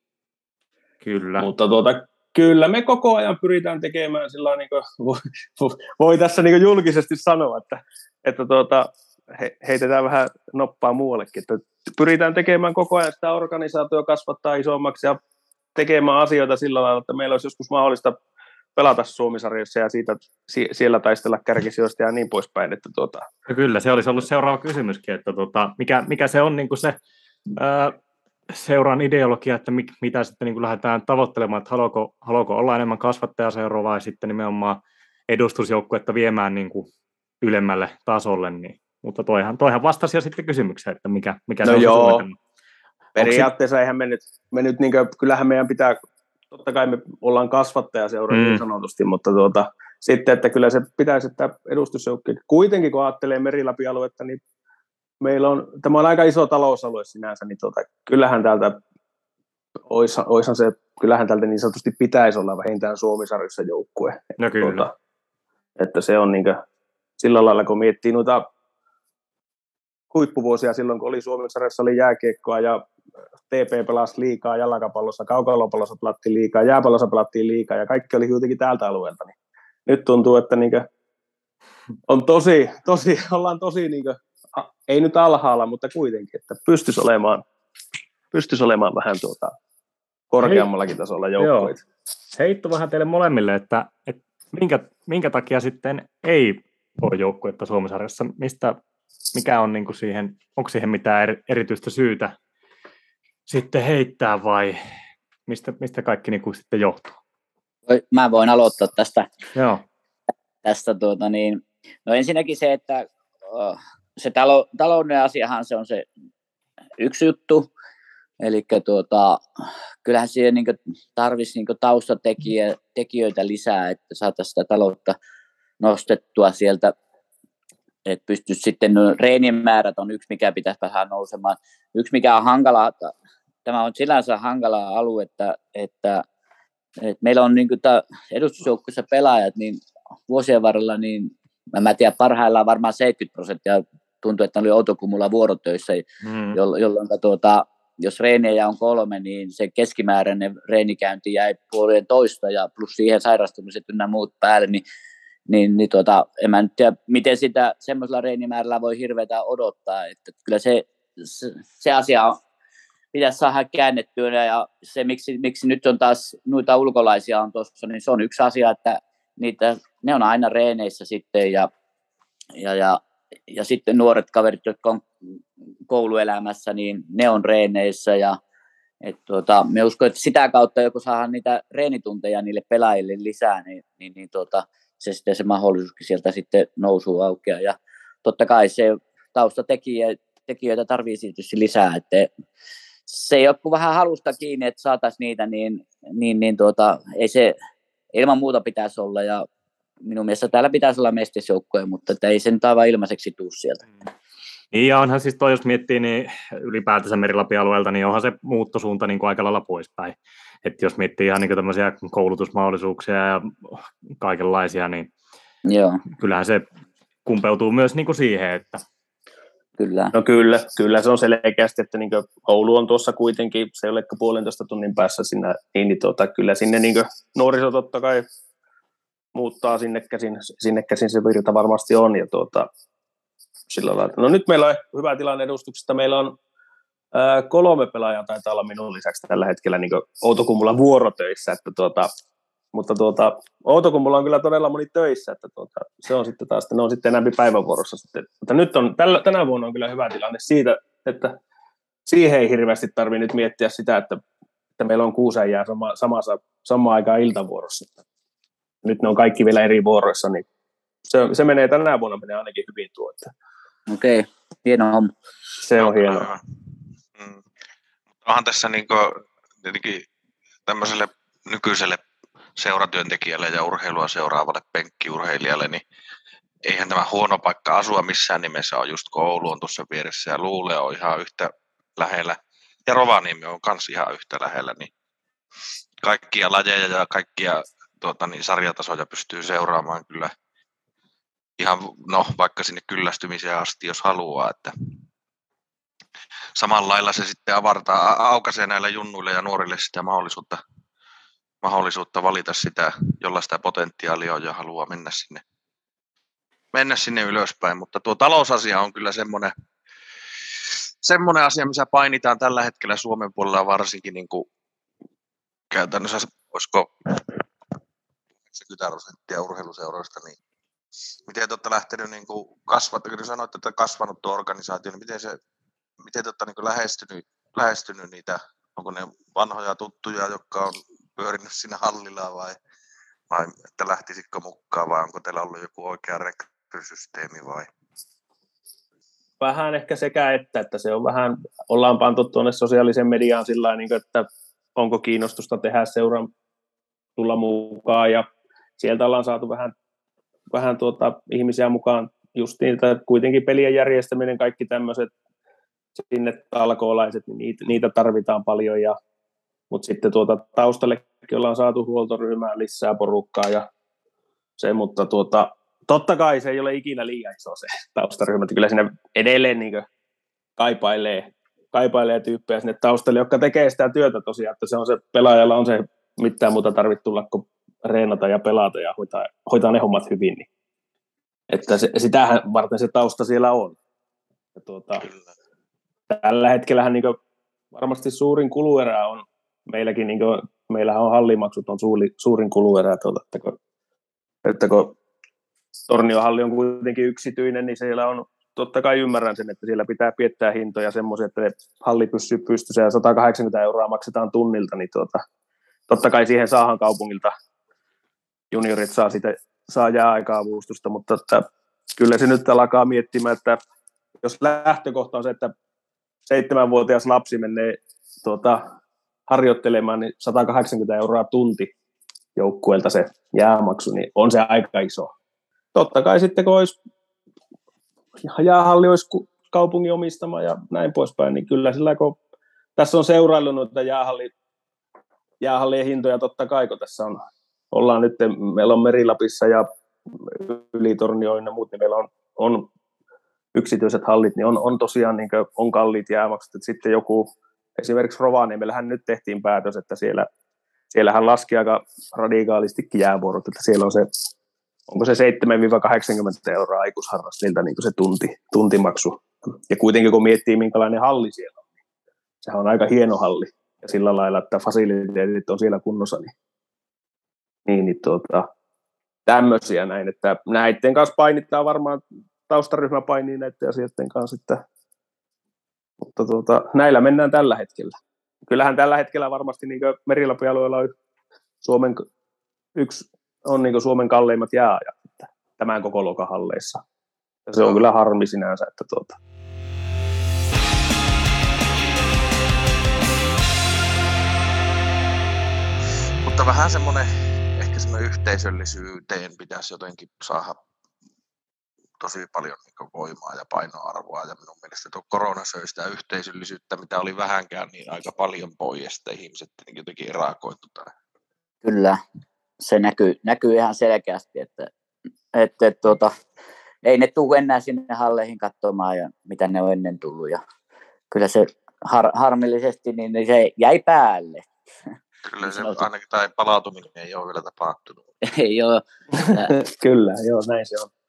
A: Kyllä.
C: Mutta tuota, kyllä me koko ajan pyritään tekemään sillä niin kuin, voi, voi tässä niin kuin julkisesti sanoa, että, että tuota, he, heitetään vähän noppaa muuallekin, että pyritään tekemään koko ajan sitä organisaatioa, kasvattaa isommaksi ja tekemään asioita sillä lailla, että meillä olisi joskus mahdollista pelata Suomi-sarjassa ja siitä, siellä taistella kärkisijoista ja niin poispäin. Että tuota.
A: No kyllä, se olisi ollut seuraava kysymyskin, että tuota, mikä, mikä se on niin kuin se ää, seuran ideologia, että mit, mitä sitten niin kuin lähdetään tavoittelemaan, että haluaako, haluaako olla enemmän kasvattajaseuraa vai sitten nimenomaan edustusjoukkuetta viemään niin kuin ylemmälle tasolle. Niin. Mutta toihan, toihan vastasi jo sitten kysymykseen, että mikä, mikä
C: no
A: se on
C: joo.
A: se suunnitelma.
C: Periaatteessa se... eihän me nyt, me nyt niin kuin, kyllähän meidän pitää, totta kai me ollaan kasvattajaseura mm. niin sanotusti, mutta tuota, sitten, että kyllä se pitäisi, että edustusjoukki, kuitenkin kun ajattelee Meri-Lapin-aluetta, niin meillä on, tämä on aika iso talousalue sinänsä, niin tuota, kyllähän täältä, oishan, oishan se, kyllähän täältä niin sanotusti pitäisi olla vähintään Suomi-sarjassa joukkue.
A: No kyllä.
C: Tuota, että se on niin kuin, sillä lailla, kun miettii noita huippuvuosia silloin, kun oli Suomi-sarjassa, oli jääkiekkoa ja T P pelasi liikaa, jalkapallossa, kaukalopallossa pelattiin liikaa, jääpallossa pelattiin liikaa ja kaikki oli kuitenkin täältä alueelta. Niin nyt tuntuu, että niin kuin on tosi, tosi, ollaan tosi, niin kuin, ei nyt alhaalla, mutta kuitenkin, että pystyisi olemaan, pystyisi olemaan vähän tuota korkeammallakin tasolla joukkueita.
A: Heitto vähän teille molemmille, että, että minkä, minkä takia sitten ei ole joukkuetta Suomi-sarjassa, mistä, mikä on niin kuin siihen, onko siihen mitään erityistä syytä sitten heittää vai mistä, mistä kaikki niin kuin sitten johtuu?
B: Mä voin aloittaa tästä.
A: Joo.
B: tästä tuota niin, no ensinnäkin se, että se talo, taloudellinen asiahan se on se yksi juttu, eli tuota, kyllähän siihen niin tarvitsisi niin taustatekijöitä lisää, että saataisiin sitä taloutta nostettua sieltä että pystyisi sitten, no, reenien määrät on yksi, mikä pitäisi vähän nousemaan. Yksi, mikä on hankalaa, tämä on sinänsä hankalaa alue, että, että, että meillä on niin edustusjoukkueessa pelaajat, niin vuosien varrella, niin mä tiedän, parhaillaan varmaan seitsemänkymmentä prosenttia tuntuu, että ne oli Outokummulla vuorotöissä, mm. jolloin tuota, jos reenejä on kolme, niin se keskimääräinen reenikäynti jäi puoleen toista ja plus siihen sairastumiset ynnä muut päälle, niin, niin, niin tuota, en mä nyt tiedä, miten sitä semmoisella reenimäärällä voi hirveätä odottaa, että kyllä se, se, se asia on, pitäisi saada käännettyä ja se, miksi, miksi nyt on taas noita ulkolaisia on tuossa, niin se on yksi asia, että niitä, ne on aina reeneissä sitten ja, ja, ja, ja sitten nuoret kaverit, jotka on kouluelämässä, niin ne on reeneissä ja et tuota, me uskon, että sitä kautta joku saadaan niitä reenitunteja niille pelaajille lisää, niin, niin, niin tuota, se sitten se mahdollisuuskin sieltä sitten nousuu aukeaa ja totta kai se taustatekijöitä tarvitsee tietysti lisää, että se ei ole kuin vähän halusta kiinni, että saataisiin niitä, niin, niin, niin tuota, ei se ilman muuta pitäisi olla ja minun mielestä täällä pitäisi olla mestisjoukkoja, mutta että ei se nyt aivan ilmaiseksi tule sieltä.
A: Niin ja onhan siis toi, jos miettii niin ylipäätänsä Meri-Lapin alueelta, niin onhan se muuttosuunta niin kuin aika lailla poispäin. Että jos miettii ihan niin tämmöisiä koulutusmahdollisuuksia ja kaikenlaisia, niin
B: Joo.
A: kyllähän se kumpeutuu myös niin kuin siihen, että
C: Kyllä. No kyllä, kyllä se on selkeästi, että niin koulu on tuossa kuitenkin, se ei ole puolentoista tunnin päässä sinne, niin, niin tuota, kyllä sinne niin nuoriso totta kai muuttaa sinne käsin, sinne käsin se virta varmasti on. Ja tuota, sillä lailla. No nyt meillä on hyvä tilanne edustuksesta, meillä on ää, kolme pelaajaa taitaa olla minun lisäksi tällä hetkellä niin Outokummulla vuorotöissä, että tuota, mutta tuota, Outokummulla on kyllä todella moni töissä, että tuota, se on sitten taas, ne on sitten enemmän päivävuorossa sitten. Mutta nyt on, tällä, tänä vuonna on kyllä hyvä tilanne siitä, että siihen ei hirveästi tarvitse nyt miettiä sitä, että, että meillä on kuusi äijää sama, samassa, samaan aikaan iltavuorossa. Nyt ne on kaikki vielä eri vuoroissa, niin se, se menee tänä vuonna menee ainakin hyvin tuo.
B: Okei, okay. Hieno homma.
C: Se on hienoa.
D: Mm. Onhan tässä niin tietenkin tämmöiselle nykyiselle seuratyöntekijälle ja urheilua seuraavalle penkkiurheilijalle, niin eihän tämä huono paikka asua missään nimessä ole, just koulu on tuossa vieressä ja Luule on ihan yhtä lähellä ja Rovaniemi on myös ihan yhtä lähellä, niin kaikkia lajeja ja kaikkia tuota, niin sarjatasoja pystyy seuraamaan kyllä ihan, no vaikka sinne kyllästymiseen asti, jos haluaa, että samalla lailla se sitten avartaa, aukaisee näillä junnuille ja nuorille sitä mahdollisuutta mahdollisuutta valita sitä, jolla sitä potentiaalia on ja haluaa mennä sinne, mennä sinne ylöspäin. Mutta tuo talousasia on kyllä semmoinen, semmoinen asia, missä painitaan tällä hetkellä Suomen puolella varsinkin niin kuin käytännössä, olisiko yhdeksänkymmentä prosenttia urheiluseuroista, niin miten te olette lähtenyt niin kuin kasvat, kun sanoitte, että kasvanut tuo organisaatio, niin miten, se, miten te olette niin kuin lähestynyt, lähestynyt niitä, onko ne vanhoja tuttuja, jotka on pyörinyt siinä hallilla vai, vai että lähtisikö mukaan vai onko teillä ollut joku oikea rekrysysteemi vai?
C: Vähän ehkä sekä että, että se on vähän, ollaan pantu tuonne sosiaalisen mediaan sillä tavalla, että onko kiinnostusta tehdä seuran tulla mukaan ja sieltä ollaan saatu vähän, vähän tuota, ihmisiä mukaan just niitä, kuitenkin pelien järjestäminen, kaikki tämmöiset sinne talkoolaiset, niin niitä, niitä tarvitaan paljon ja mutta sitten tuota taustallekin ollaan saatu huoltoryhmään lisää porukkaa ja se, mutta tuota, totta kai se ei ole ikinä liian iso se taustaryhmä, että kyllä sinne edelleen niin kaipailee, kaipailee tyyppejä sinne taustalle, jotka tekee sitä työtä tosiaan, että se on se pelaajalla on se mitään muuta tarvitse tulla kuin reenata ja pelata ja hoitaa, hoitaa ne hommat hyvin, niin. Että se, sitähän varten se tausta siellä on. Ja tuota, tällä hetkellähän niin varmasti suurin kuluerä on meilläkin, niin kuin, meillähän on hallimaksut on suuri, suurin kuluerä, tuota, että, kun, että kun Torniohalli on kuitenkin yksityinen, niin siellä on, totta kai ymmärrän sen, että siellä pitää piettää hintoja semmoisia, että halli pysyy pystyssä ja sata kahdeksankymmentä euroa maksetaan tunnilta, niin tuota, totta kai siihen saahan kaupungilta juniorit saa, sitä, saa jääaika-avustusta, mutta että, kyllä se nyt alkaa miettimään, että jos lähtökohta on se, että seitsemänvuotias lapsi menee tuota, harjoittelemaan, niin sata kahdeksankymmentä euroa tunti joukkueelta se jäämaksu, niin on se aika iso. Totta kai sitten, kun olisi jäähalli olisi kaupungin omistama ja näin poispäin, niin kyllä sillä kun tässä on seuraillut noita jäähalli, jäähallien hintoja totta kai, kun tässä on, ollaan nyt, meillä on Merilapissa ja Ylitornio ja muut, niin meillä on, on yksityiset hallit, niin on, on tosiaan niin kuin, on kalliit jäämaksut, että sitten joku, esimerkiksi Rovaniemellähän nyt tehtiin päätös, että siellä, siellähän laski aika radikaalistikin jäävuorot, että siellä on se, onko se seitsemästä kahdeksankymmentä euroa aikuisharrastajilta niin kuin se tunti, tuntimaksu, ja kuitenkin kun miettii minkälainen halli siellä on, niin sehän on aika hieno halli, ja sillä lailla, että fasiliteetit on siellä kunnossa, niin, niin, niin tuota, tämmöisiä näin, että näiden kanssa painittaa varmaan, taustaryhmä painii näiden asioiden kanssa, että, mutta tuota, näillä mennään tällä hetkellä. Kyllähän tällä hetkellä varmasti niin Merilapin alueella on Suomen, yksi on niin Suomen kalleimmat jääajat että tämän koko luokan halleissa. Ja se on kyllä harmi sinänsä, että tuota.
D: Mutta vähän semmoinen, ehkä semmoinen yhteisöllisyyteen pitäisi jotenkin saada tosi paljon niin voimaa ja painoarvoa, ja minun mielestä tuo korona söi sitä yhteisöllisyyttä, mitä oli vähänkään, niin aika paljon pois, ja sitten ihmiset jotenkin erakoitutaan.
B: Kyllä, se näkyy, näkyy ihan selkeästi, että, että, että tuota, ei ne tule enää sinne halleihin katsomaan, ja mitä ne on ennen tullut, ja kyllä se har, harmillisesti niin se jäi päälle.
D: Kyllä se ainakin tai palautuminen ei ole vielä tapahtunut.
B: Ei ole.
C: Kyllä, joo, näin se on.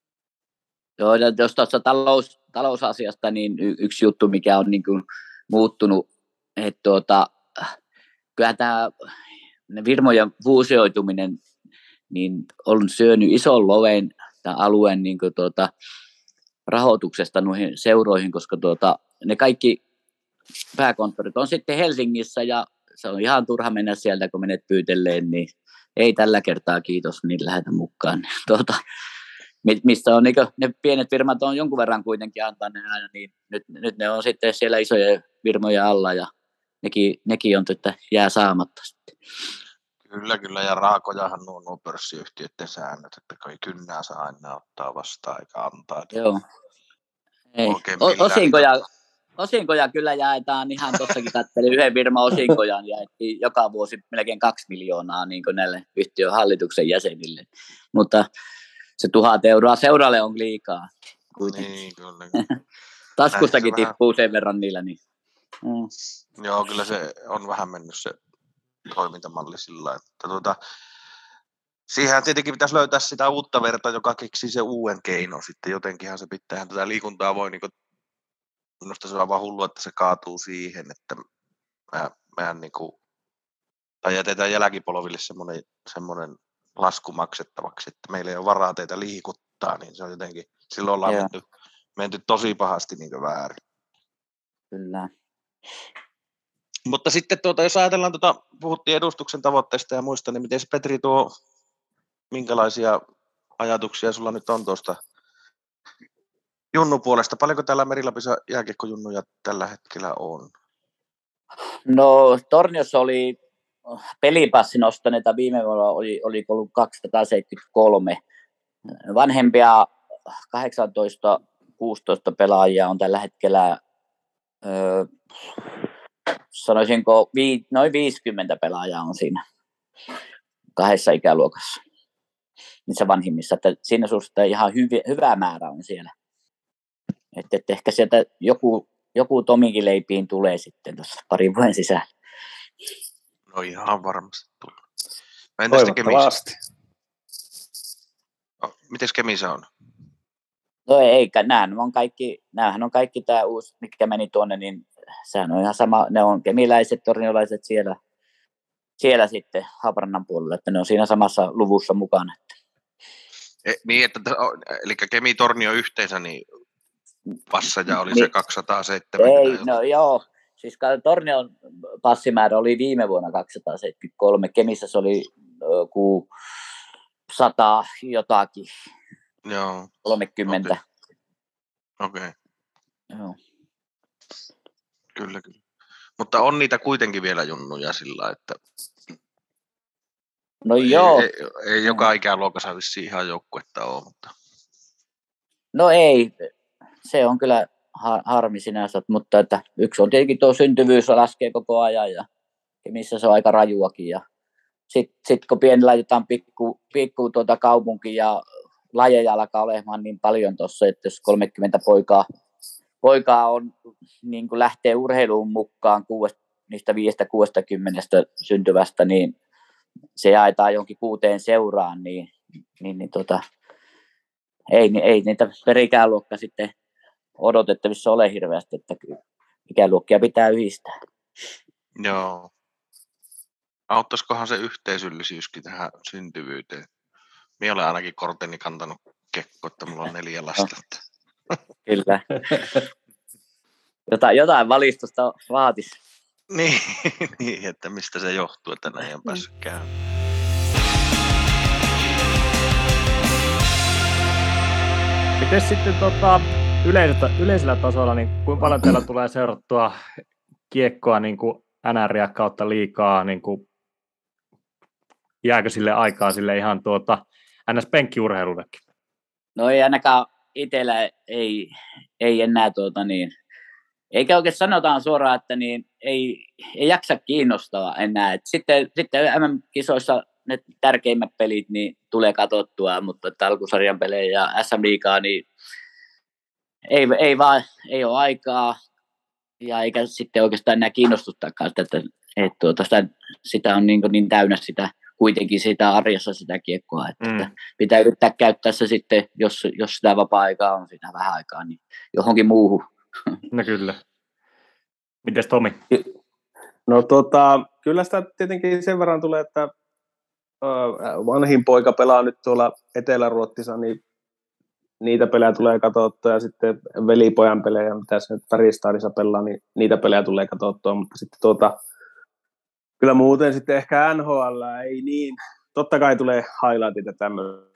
B: Joo, jos tuossa talous, talousasiasta, niin y- yksi juttu, mikä on niin kuin muuttunut, että tuota, kyllähän tämä firmojen fuusioituminen niin on syönyt ison loven tämän alueen niin kuin tuota, rahoituksesta noihin seuroihin, koska tuota, ne kaikki pääkonttorit on sitten Helsingissä, ja se on ihan turha mennä sieltä, kun menet pyytelleen, niin ei tällä kertaa kiitos, niin lähdetä mukaan. Tuota, mistä on, niin kuin, ne pienet firmat on jonkun verran kuitenkin antaa ne aina, niin nyt, nyt ne on sitten siellä isoja firmoja alla, ja nekin, nekin on, että jää saamatta sitten.
D: Kyllä, kyllä, ja raakojahan nuo, nuo pörssiyhtiöiden säännöt, että kai kynnää saa aina ottaa vastaan eikä antaa.
B: Joo. Ei. O- osinkoja, osinkoja kyllä jaetaan ihan tuossakin katselin yhden firman osinkoja, jaettiin joka vuosi melkein kaksi miljoonaa niin kuin näille yhtiön hallituksen jäsenille, mutta se tuhat euroa seuralle on liikaa.
D: Niin, kyllä.
B: Taskustakin tippuu vähän sen verran niillä. Niin.
D: Mm. Joo, kyllä se on vähän mennyt se toimintamalli sillä, että tuota, siihen tietenkin pitäisi löytää sitä uutta verta, joka keksii se uuden keino sitten. Jotenkinhan se pitää, tätä liikuntaa voi, niin kuin, minusta se on vaan hullu, että se kaatuu siihen, että mä, mehän niin kuin, tai jätetään jälkipolville semmoinen, semmoinen lasku maksettavaksi, että meillä ei ole varaa teitä liikuttaa, niin se on jotenkin, silloin ollaan menty, menty tosi pahasti niin kuin väärin.
B: Kyllä.
D: Mutta sitten tuota, jos ajatellaan, tuota, puhuttiin edustuksen tavoitteista ja muista, niin miten Petri tuo, minkälaisia ajatuksia sulla nyt on tuosta junnu puolesta? Paljonko täällä Merilapissa jääkiekkojunnuja tällä hetkellä on?
B: No Torniossa oli pelipassin ostaneita viime vuonna oli, oli ollut kaksisataaseitsemänkymmentäkolme. Vanhempia kahdeksantoista kuusitoista pelaajia on tällä hetkellä, öö, sanoisinko, vii, noin viisikymmentä pelaajaa on siinä kahdessa ikäluokassa, niissä vanhimmissa. Että siinä suhteessa ihan hyvi, hyvä määrä on siellä. Että et ehkä sieltä joku, joku Tominkin leipiin tulee sitten tuossa parin vuoden sisällä.
D: No ihan varmasti tulee.
C: Toivottavasti.
D: No, mites Kemissä on?
B: No eikä, nämähän on kaikki, nämähän on kaikki tämä uusi, mikä meni tuonne, niin sehän on ihan sama, ne on kemiläiset, torniolaiset siellä, siellä sitten Haaparannan puolella, että ne on siinä samassa luvussa mukana.
D: E, niin, että, eli Kemi-Tornio yhteensä, niin passaja oli
B: niin,
D: se kaksisataaseitsemänkymmentä.
B: Ei, no joo, siis Tornion passimäärä oli viime vuonna kaksisataaseitsemänkymmentäkolme, Kemissä se oli joku sata jotakin.
D: Joo.
B: kolmekymmentä.
D: Okei. Okay.
B: Joo.
D: Kyllä, kyllä. Mutta on niitä kuitenkin vielä junnuja sillä, että
B: no ei, joo.
D: Ei, ei, ei joka ikäluokassa vissiin ihan joukkuetta ole, mutta
B: No ei, se on kyllä harmi sinänsä, mutta että yksi on tietenkin tuo syntyvyys laskee koko ajan ja, ja missä se on aika rajuakin. Ja sitten sit kun pieni laitetaan pikku, pikku tuota kaupunki ja lajeja alkaa olemaan niin paljon tuossa, että jos kolmekymmentä poikaa, poikaa on, niin kuin lähtee urheiluun mukaan kuudesta, niistä viidestä kuudestakymmenestä syntyvästä, niin se jaetaan jonkin kuuteen seuraan, niin, niin, niin tota, ei, ei niitä per ikäluokka sitten odotettavissa ole hirveästi, että ikäluokkia pitää yhdistää.
D: Joo. Auttaisikohan se yhteisöllisyyskin tähän syntyvyyteen? Minä olen ainakin korteni kantanut kekko, että mulla on neljä lasta.
B: Kyllä. Jotain, jotain valistusta vaatisi.
D: Niin, niin, että mistä se johtuu, että näin on päässyt käymään.
A: Miten sitten tota, yleisellä, yleisellä tasolla, niin kuinka paljon teillä tulee seurattua kiekkoa niin kuin N R:ää kautta liikaa, niin kuin, jääkö sille aikaa sille ihan tuota, N S-penkkiurheilullekin?
B: No ei ainakaan itsellä ei, ei enää tuota niin, eikä oikein sanotaan suoraan, että niin ei, ei jaksa kiinnostaa enää. Et sitten, sitten M M-kisoissa ne tärkeimmät pelit niin tulee katsottua, mutta alkusarjan pelejä ja S M-liigaa, niin ei, ei vaan, ei ole aikaa ja eikä sitten oikeastaan enää kiinnostustakaan, että, että tuota, sitä, sitä on niin, niin täynnä sitä, kuitenkin sitä arjessa sitä kiekkoa, että, mm. että pitää yrittää käyttää se sitten, jos, jos sitä vapaa-aikaa on sitä vähän aikaa, niin johonkin muuhun.
A: No kyllä. Mites Tomi?
C: No tota, kyllä sitä tietenkin sen verran tulee, että vanhin poika pelaa nyt tuolla Etelä-Ruotsissa, niin niitä pelejä tulee katsottua, ja sitten velipojan pelejä, mitä se nyt Färjestadissa pelaa, niin niitä pelejä tulee katsottua, mutta sitten tuota, kyllä muuten sitten ehkä N H L ei niin, totta kai tulee highlightit ja tämmöistä,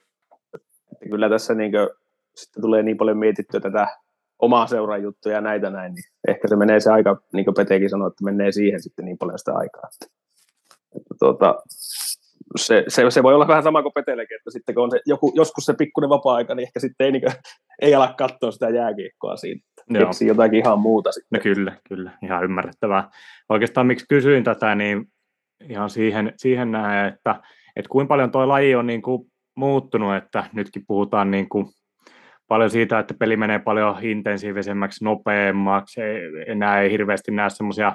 C: kyllä tässä niin kuin, sitten tulee niin paljon mietittyä tätä omaa seuran juttuja ja näitä näin, niin ehkä se menee se aika, niin kuin Petekin sanoi, että menee siihen sitten niin paljon sitä aikaa, että, että tuota, Se, se, se voi olla vähän sama kuin Petelekin, että sitten kun on se, joku, joskus se pikkuinen vapaa-aika, niin ehkä sitten ei, niin kuin, ei ala katsoa sitä jääkiekkoa siinä. Keksii jotakin ihan muuta sitten.
A: No kyllä, kyllä, ihan ymmärrettävää. Oikeastaan miksi kysyin tätä, niin ihan siihen, siihen näen, että, että kuinka paljon tuo laji on niin kuin muuttunut, että nytkin puhutaan niin kuin paljon siitä, että peli menee paljon intensiivisemmäksi, nopeammaksi, ei, enää ei hirveästi näe semmoisia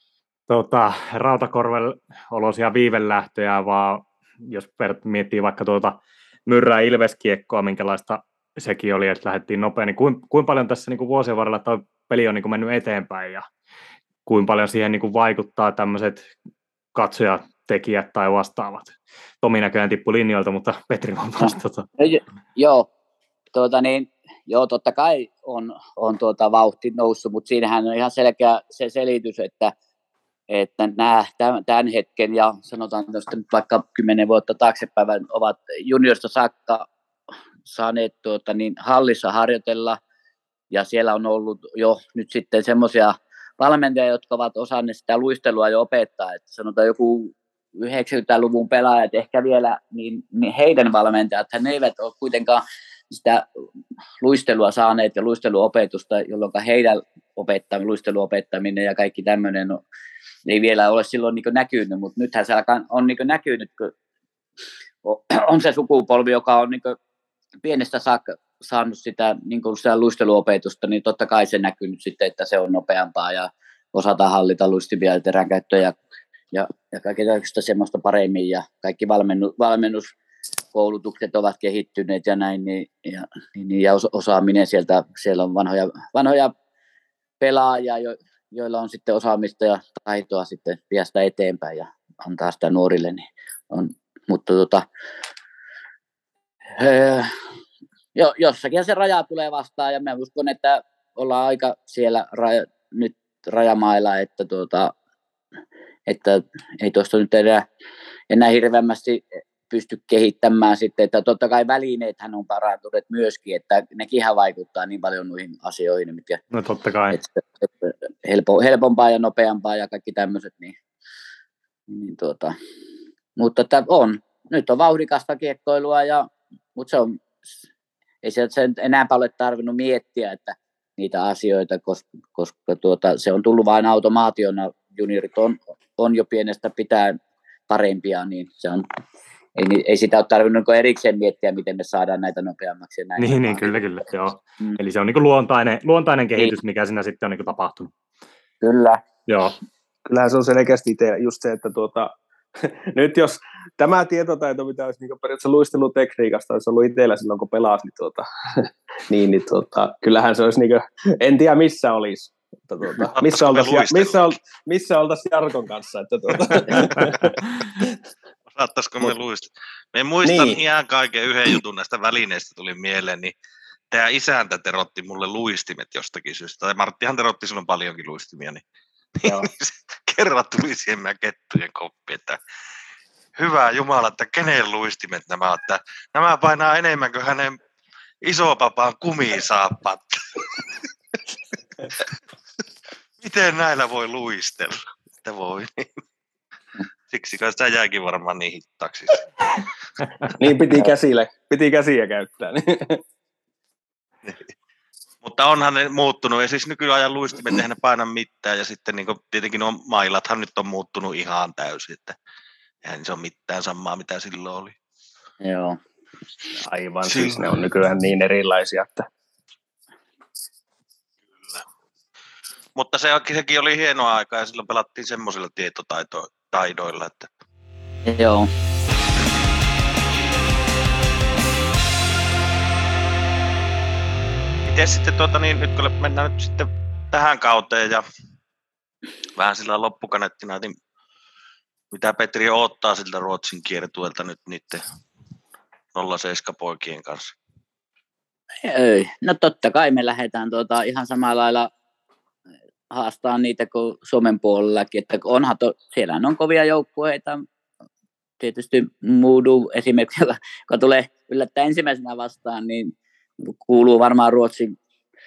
A: Tuota, rautakorven-oloisia viivelähtöjä, vaan jos miettii vaikka tuota Myrrää Ilveskiekkoa, minkälaista sekin oli, että lähdettiin nopein, niin kuinka, kuinka paljon tässä niin kuin vuosien varrella tuo peli on niin kuin mennyt eteenpäin ja kuinka paljon siihen niin kuin vaikuttaa tämmöiset katsojatekijät tai vastaavat. Tomi näköjään tippui linjoilta, mutta Petri vaan vastata.
B: No, joo, tuota niin, joo, totta kai on, on tuota vauhti noussut, mutta siinähän on ihan selkeä se selitys, että että nämä tämän hetken ja sanotaan nyt vaikka kymmenen vuotta taaksepäin ovat juniorista saakka saaneet tuota, niin hallissa harjoitella ja siellä on ollut jo nyt sitten semmoisia valmentajia, jotka ovat osanneet sitä luistelua jo opettaa, että sanotaan joku yhdeksänkymmentäluvun pelaajat ehkä vielä, niin, niin heidän valmentajat, ne eivät ole kuitenkaan sitä luistelua saaneet ja luisteluopetusta, jolloin heidän opettaminen, luisteluopettaminen ja kaikki tämmöinen on, ei vielä ole silloin niin näkynyt, mutta nythän se on niin näkynyt, kun on se sukupolvi, joka on niin pienestä saakka saanut sitä, niin sitä luisteluopetusta, niin totta kai se näkyy nyt sitten, että se on nopeampaa ja osataan hallita luistimia ja teränkäyttöä ja, ja, ja kaikista semmoista paremmin ja kaikki valmennu, valmennuskoulutukset ovat kehittyneet ja näin, niin, ja, niin, ja osaaminen sieltä, siellä on vanhoja, vanhoja pelaajia, jo, joilla on sitten osaamista ja taitoa sitten viedä eteenpäin ja antaa sitä nuorille. Niin on, mutta tota, öö, jo, jossakin se raja tulee vastaan ja mä uskon, että ollaan aika siellä raja, nyt rajamailla, että, tuota, että ei tuosta nyt enää, enää hirveämmästi pysty kehittämään sitten, että totta kai välineethän on parantuneet myöskin, että nekinhän vaikuttaa niin paljon noihin asioihin, mitkä
A: no totta kai.
B: Että, että helpo, helpompaa ja nopeampaa ja kaikki tämmöiset, niin, niin tuota, mutta että on, nyt on vauhdikasta kiekkoilua, ja, mutta se on, ei se sen enääpä ole tarvinnut miettiä, että niitä asioita, koska, koska tuota, se on tullut vain automaationa. Juniorit on, on jo pienestä pitäen parempia, niin se on, ei, ei sitä ole tarvinnut erikseen miettiä, miten me saadaan näitä nopeammaksi. Ja näin
A: niin, niin, kyllä, kyllä. Joo. Mm. Eli se on niin luontainen, luontainen kehitys, niin. mikä siinä sitten on niin tapahtunut.
B: Kyllä.
A: Joo.
C: Kyllähän se on selkeästi itse just se, että tuota, nyt jos tämä tietotaito, mitä olisi niin periaatteessa luistelutekniikasta, olisi ollut itsellä silloin, kun pelasi, niin, tuota, niin, niin tuota, kyllähän se olisi, niin kuin, en tiedä missä olisi, mutta tuota, missä, oltaisiin, missä, ol, missä oltaisiin Jarkon kanssa. Että tuota.
D: Osattaisiko me luistella? Me muistan niin. ihan kaiken yhden jutun näistä välineistä tuli mieleen, niin tämä isäntä terotti mulle luistimet jostakin syystä, tai Marttihan terotti silloin paljonkin luistimia, niin Joo. kerran tuli siihen meidän kettujen koppi, että hyvä Jumala, että kenen luistimet nämä on, että nämä painaa enemmän kuin hänen isopapaan kumisaappaat. Miten näillä voi luistella? Että voi. Siksi kai sitä jääkin varmaan niin hittaaksi.
C: Niin piti käsillä, piti käsiä käyttää.
D: Mutta onhan ne muuttunut, ja siis nykyajan luistimet eihän ne paina mitään, ja sitten niin tietenkin nuo mailathan nyt on muuttunut ihan täysin, että eihän se ole mitään samaa, mitä silloin oli.
B: Joo.
C: Aivan, siis, siis ne on nykyään niin erilaisia, että...
D: Kyllä. Mutta se, sekin oli hienoa aikaa, ja silloin pelattiin semmoisilla tietotaidoilla, että...
B: Joo.
D: Miten sitten, tuota, niin, nyt kun mennään nyt sitten tähän kauteen ja vähän sillä loppukanettina, niin mitä Petri odottaa siltä Ruotsin kiertueelta nyt niiden nolla seitsemän poikien kanssa?
B: Ei, no totta kai me lähdetään tuota ihan samalla lailla haastaa niitä kuin Suomen puolellakin, että onhan to, siellä on kovia joukkueita, tietysti Moodu esimerkiksi, joka, joka tulee yllättäen ensimmäisenä vastaan, niin kuuluu varmaan Ruotsin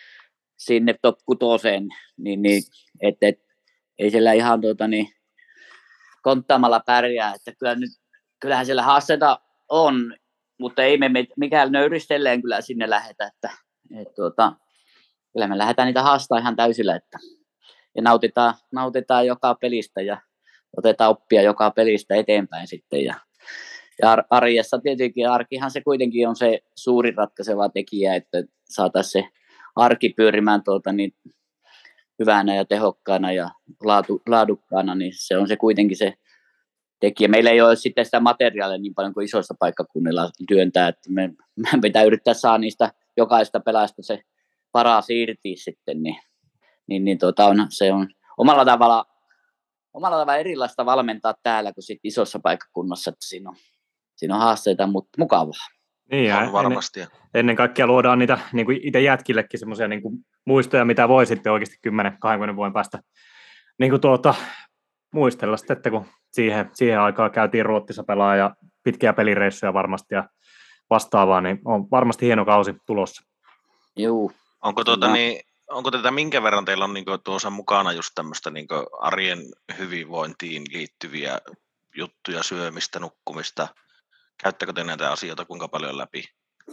B: sinne top kutoseen, niin, niin että et, ei siellä ihan tuota, niin, konttaamalla pärjää, että kyllä nyt, kyllähän siellä haasteita on, mutta ei me mikään nöyristelleen kyllä sinne lähetä, että et, tuota, kyllä me lähdetään niitä haastaa ihan täysillä, että ja nautitaan, nautitaan joka pelistä ja otetaan oppia joka pelistä eteenpäin sitten ja Ja arjessa tietenkin, arkihan se kuitenkin on se suurin ratkaiseva tekijä, että saataisiin se arki pyörimään tuolta niin hyvänä ja tehokkaana ja laatu, laadukkaana, niin se on se kuitenkin se tekijä. Meillä ei ole sitten sitä materiaalia niin paljon kuin isoissa paikkakunnilla työntää, että me, me pitää yrittää saada niistä jokaista pelaajasta se paras irti sitten, niin, niin, niin tuota on, se on omalla tavalla, omalla tavalla erilaista valmentaa täällä kuin sitten isossa paikkakunnassa, että siinä on Siinä on haasteita, mutta mukavaa.
A: Niin,
D: on varmasti.
A: Ennen, ennen kaikkea luodaan niitä niin kuin itse jätkillekin semmoisia niin kuin muistoja, mitä voi sitten oikeasti kymmenen kaksikymmentä vuoden päästä niin kuin tuota, muistella sitten, että kun siihen, siihen aikaan käytiin Ruotsissa pelaa ja pitkiä pelireissuja varmasti ja vastaavaa, niin on varmasti hieno kausi tulossa.
B: Joo.
D: Onko, tuota, niin, onko tätä minkä verran teillä on niin kuin, tuossa mukana just tämmöistä niin kuin arjen hyvinvointiin liittyviä juttuja, syömistä, nukkumista? Käyttäkö te näitä asioita kuinka paljon läpi?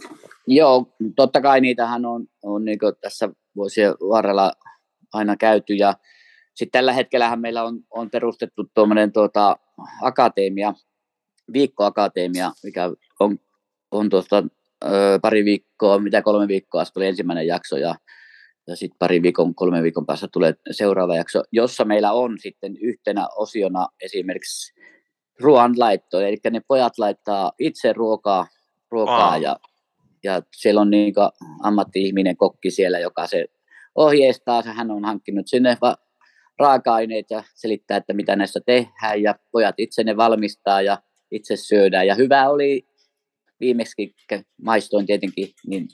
B: Joo, totta kai niitähän on, on niin tässä vuosien varrella aina käyty. Ja sitten tällä hetkellähän meillä on, on perustettu tuommoinen tuota, akateemia, viikkoakateemia, mikä on, on tuosta ö, pari viikkoa, mitä kolme viikkoa asti tuli ensimmäinen jakso ja, ja sitten pari viikon, kolme viikon päästä tulee seuraava jakso, jossa meillä on sitten yhtenä osiona esimerkiksi ruoanlaitto, eli ne pojat laittaa itse ruokaa, ruokaa oh. ja, ja siellä on niin ammatti-ihminen kokki siellä, joka se ohjeistaa, hän on hankkinut sinne va- raaka-aineet ja selittää, että mitä näissä tehdään ja pojat itse ne valmistaa ja itse syödään ja hyvä oli viimeksi maistoin tietenkin niin,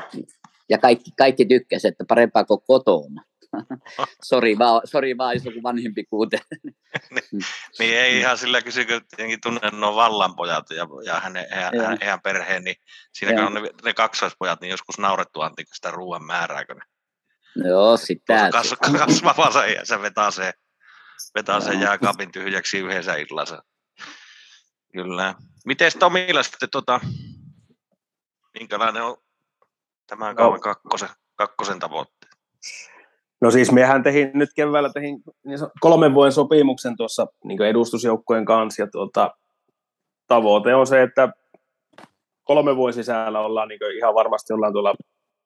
B: ja kaikki, kaikki tykkäsivät, että parempaa kuin kotona. Sori vaan, sori vaan, jos joku vanhempi kuuntele.
D: Niin ei ihan sillä kysy, kun tietenkin tunnen nuo vallanpojat ja, ja hänen, hänen, hänen perheen, niin siinä on ne, ne kaksoispojat, niin joskus naurettu Antti sitä ruoan määrää, kun ne
B: Joo, sitä.
D: Kas, kasvavansa ja se vetää se, vetää sen jääkaapin tyhjäksi yhdessä illassa. Kyllä. Miten Tomilla sitten, tota, minkälainen on Tämän
C: No.
D: kauan kakkosen, kakkosen tavoitteet.
C: No siis miehän tehin nyt keväällä tehin kolmen vuoden sopimuksen tuossa niin edustusjoukkojen kanssa, ja tuota, tavoite on se, että kolme vuoden sisällä ollaan niin ihan varmasti ollaan tuolla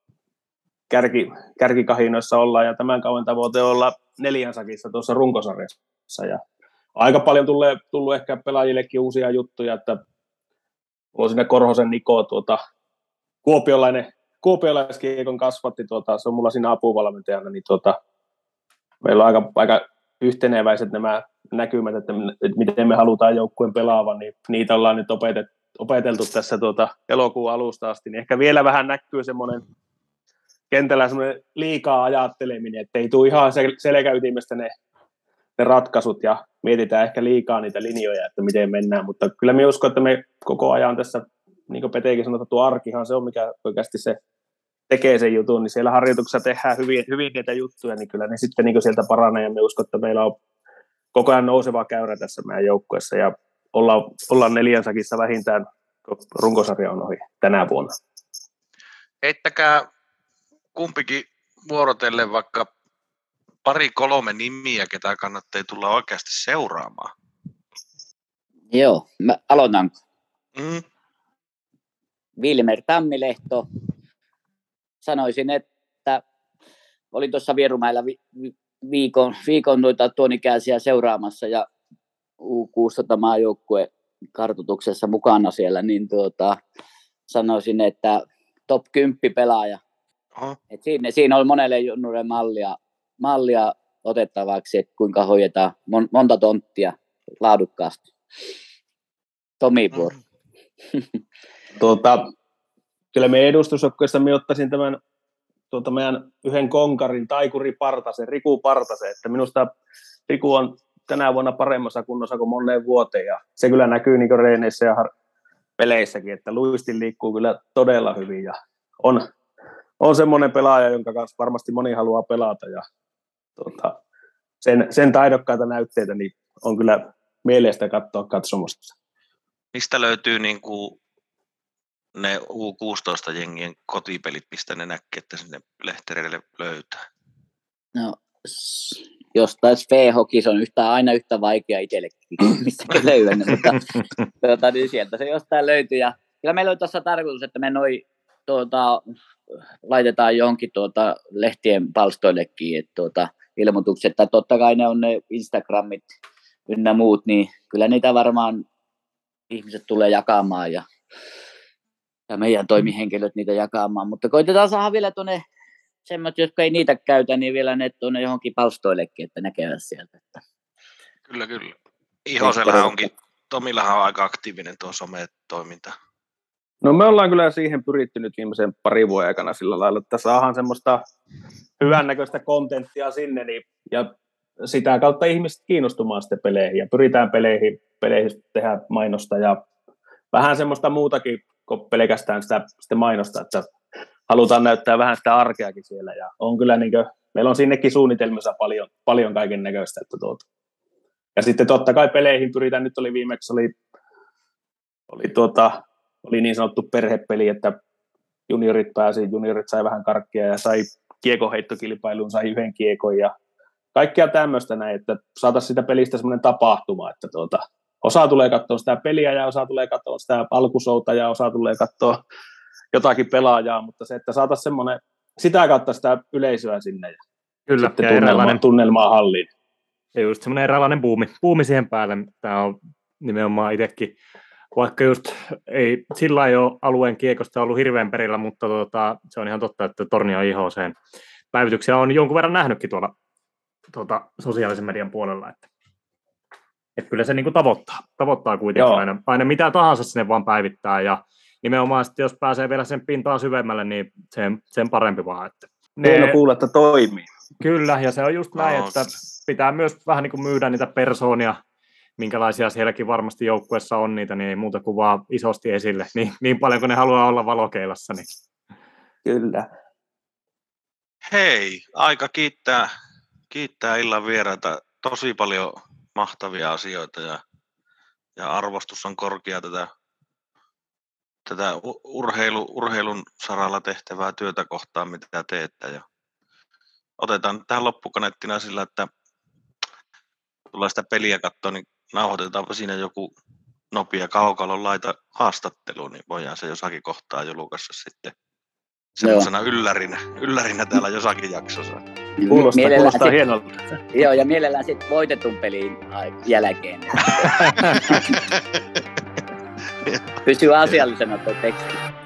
C: kärki, kärkikahinoissa ollaan, ja tämän kauan tavoite on olla neljänsakissa tuossa runkosarjassa, ja aika paljon tulee, tullut ehkä pelaajillekin uusia juttuja, että mulla on sinne Korhosen Niko, tuota, kuopiolainen, kuopiolaiskiekon kasvatti, tuota, se on mulla siinä apuvalmentajana, niin tuota, meillä on aika, aika yhteneväiset nämä näkymät, että, että miten me halutaan joukkueen pelaavan, niin niitä ollaan nyt opetettu, opeteltu tässä tuota, elokuun alusta asti, niin ehkä vielä vähän näkyy semmoinen kentällä semmoinen liikaa ajatteleminen, että ei tule ihan selkäytimestä ne, ne ratkaisut ja mietitään ehkä liikaa niitä linjoja, että miten mennään, mutta kyllä minä uskon, että me koko ajan tässä, niin kuin Petekin sanoi, että tuo arkihan se on, mikä oikeasti se tekee sen jutun, niin siellä harjoituksessa tehdään hyvin, hyvin niitä juttuja, niin kyllä ne sitten niin sieltä paranee, ja me uskon, että meillä on koko ajan nouseva käyrä tässä meidän joukkueessa, ja ollaan, ollaan neljänsakissa vähintään, kun runkosarja on ohi tänä vuonna.
D: Heittäkää kumpikin vuorotellen vaikka pari kolme nimiä, ketä kannattaa tulla oikeasti seuraamaan.
B: Joo, mä aloitan.
D: Mm.
B: Vilmer Tammilehto. Sanoisin, että olin tuossa Vierumäellä vi- vi- viikon, viikon noita tuon ikäisiä seuraamassa ja U kuusitoista maajoukkueen kartoituksessa mukana siellä, niin tuota, sanoisin, että top kymmenen pelaaja.
D: Oho.
B: Et siinä, siinä oli monelle junnuille mallia, mallia otettavaksi, että kuinka hoidetaan mon, monta tonttia laadukkaasti. Tomi vuoro.
D: Mm.
C: Tuota, kyllä meidän edustusjoukkueessa minä ottaisin tämän tuota, meidän yhden konkarin, Taikuri Partasen, Riku Partasen, että minusta Riku on tänä vuonna paremmassa kunnossa kuin moneen vuoteen, ja se kyllä näkyy niin reeneissä ja har- peleissäkin, että luistin liikkuu kyllä todella hyvin, ja on, on semmoinen pelaaja, jonka kanssa varmasti moni haluaa pelata, ja tuota, sen, sen taidokkaita näytteitä niin on kyllä mieleistä katsoa katsomusta.
D: Mistä löytyy niin kuin ne U kuusitoista-jengien kotipelit, mistä ne näkee, että sinne lehtereille löytää?
B: No, jostain Svehokis on yhtä, aina yhtä vaikea itsellekin, mistä löydän, mutta tuota, niin sieltä se jostain löytyy. Ja kyllä meillä on tuossa tarkoitus, että me noi, tuota, laitetaan johonkin tuota, lehtien palstoillekin että, tuota, ilmoitukset, että totta kai ne on ne Instagramit ynnä muut, niin kyllä niitä varmaan ihmiset tulee jakamaan ja, ja meidän toimihenkilöt niitä jakamaan, mutta koitetaan saada vielä tuonne semmoiset, jotka ei niitä käytä, niin vielä ne tuonne johonkin palstoillekin, että näkevät sieltä. Että.
D: Kyllä, kyllä. Ihosellahan onkin, Tomillahan on aika aktiivinen tuo some-toiminta.
C: No me ollaan kyllä siihen pyritty nyt viimeisen parin vuoden aikana sillä lailla, että saadaan semmoista hyvännäköistä kontenttia sinne, niin, ja sitä kautta ihmiset kiinnostumaan sitten peleihin, ja pyritään peleihin, peleihin tehdä mainosta, ja vähän semmoista muutakin kuin pelkästään sitä, sitä mainosta, että halutaan näyttää vähän sitä arkeakin siellä, ja on kyllä niin kuin, meillä on sinnekin suunnitelmissa paljon, paljon kaiken näköistä, että tuota. Ja sitten totta kai peleihin pyritään, nyt oli viimeksi, oli, oli, tuota, oli niin sanottu perhepeli, että juniorit pääsi, juniorit sai vähän karkkia ja sai kiekonheittokilpailuun, sai yhden kiekon ja kaikkea tämmöistä näin, että saataisiin sitä pelistä semmoinen tapahtuma, että tuota, osa tulee katsoa sitä peliä ja osa tulee katsoa sitä alkusouta ja osa tulee katsoa jotakin pelaajaa, mutta se, että saataisiin semmoinen, sitä kautta sitä yleisöä sinne ja
A: Kyllä,
C: sitten
A: ja
C: tunnelmaa, tunnelmaa halliin.
A: Ja just semmoinen eräänlainen buumi, buumi siihen päälle. Tämä on nimenomaan itsekin, vaikka just ei sillä ei ole alueen kiekosta ollut hirveän perillä, mutta tuota, se on ihan totta, että Tornion I H C:n päivityksiä on jonkun verran nähnytkin tuolla tuota, sosiaalisen median puolella. Että, että kyllä se niin kuin tavoittaa, tavoittaa kuitenkin aina, aina mitä tahansa sinne vaan päivittää. Ja nimenomaan sitten, jos pääsee vielä sen pintaan syvemmälle, niin sen, sen parempi vaan. Että
C: ne, hieno kuulla, että toimii.
A: Kyllä, ja se on just näin, no, että pitää myös vähän niin kuin myydä niitä persoonia, minkälaisia sielläkin varmasti joukkueessa on niitä, niin ei muuta kuin vaan isosti esille, niin, niin paljon kuin ne haluaa olla valokeilassa. Niin.
C: Kyllä.
D: Hei, aika kiittää, kiittää illan vieraita. Tosi paljon mahtavia asioita ja, ja arvostus on korkea tätä, tätä urheilu, urheilun saralla tehtävää työtä kohtaan, mitä teette. Ja otetaan tähän loppukaneettina sillä, että tullaan sitä peliä katsoa, niin nauhoitetaanpa siinä joku nopea kaukalon laita haastattelu, niin voidaan se jossakin kohtaa julkaista sitten semmoisena yllärinä, yllärinä täällä jossakin jaksossa.
A: Kuulostaa, kuulostaa sit, hienolta.
B: Joo, ja mielellään sitten voitetun pelin jälkeen. Pysyy asiallisena tuo teksti.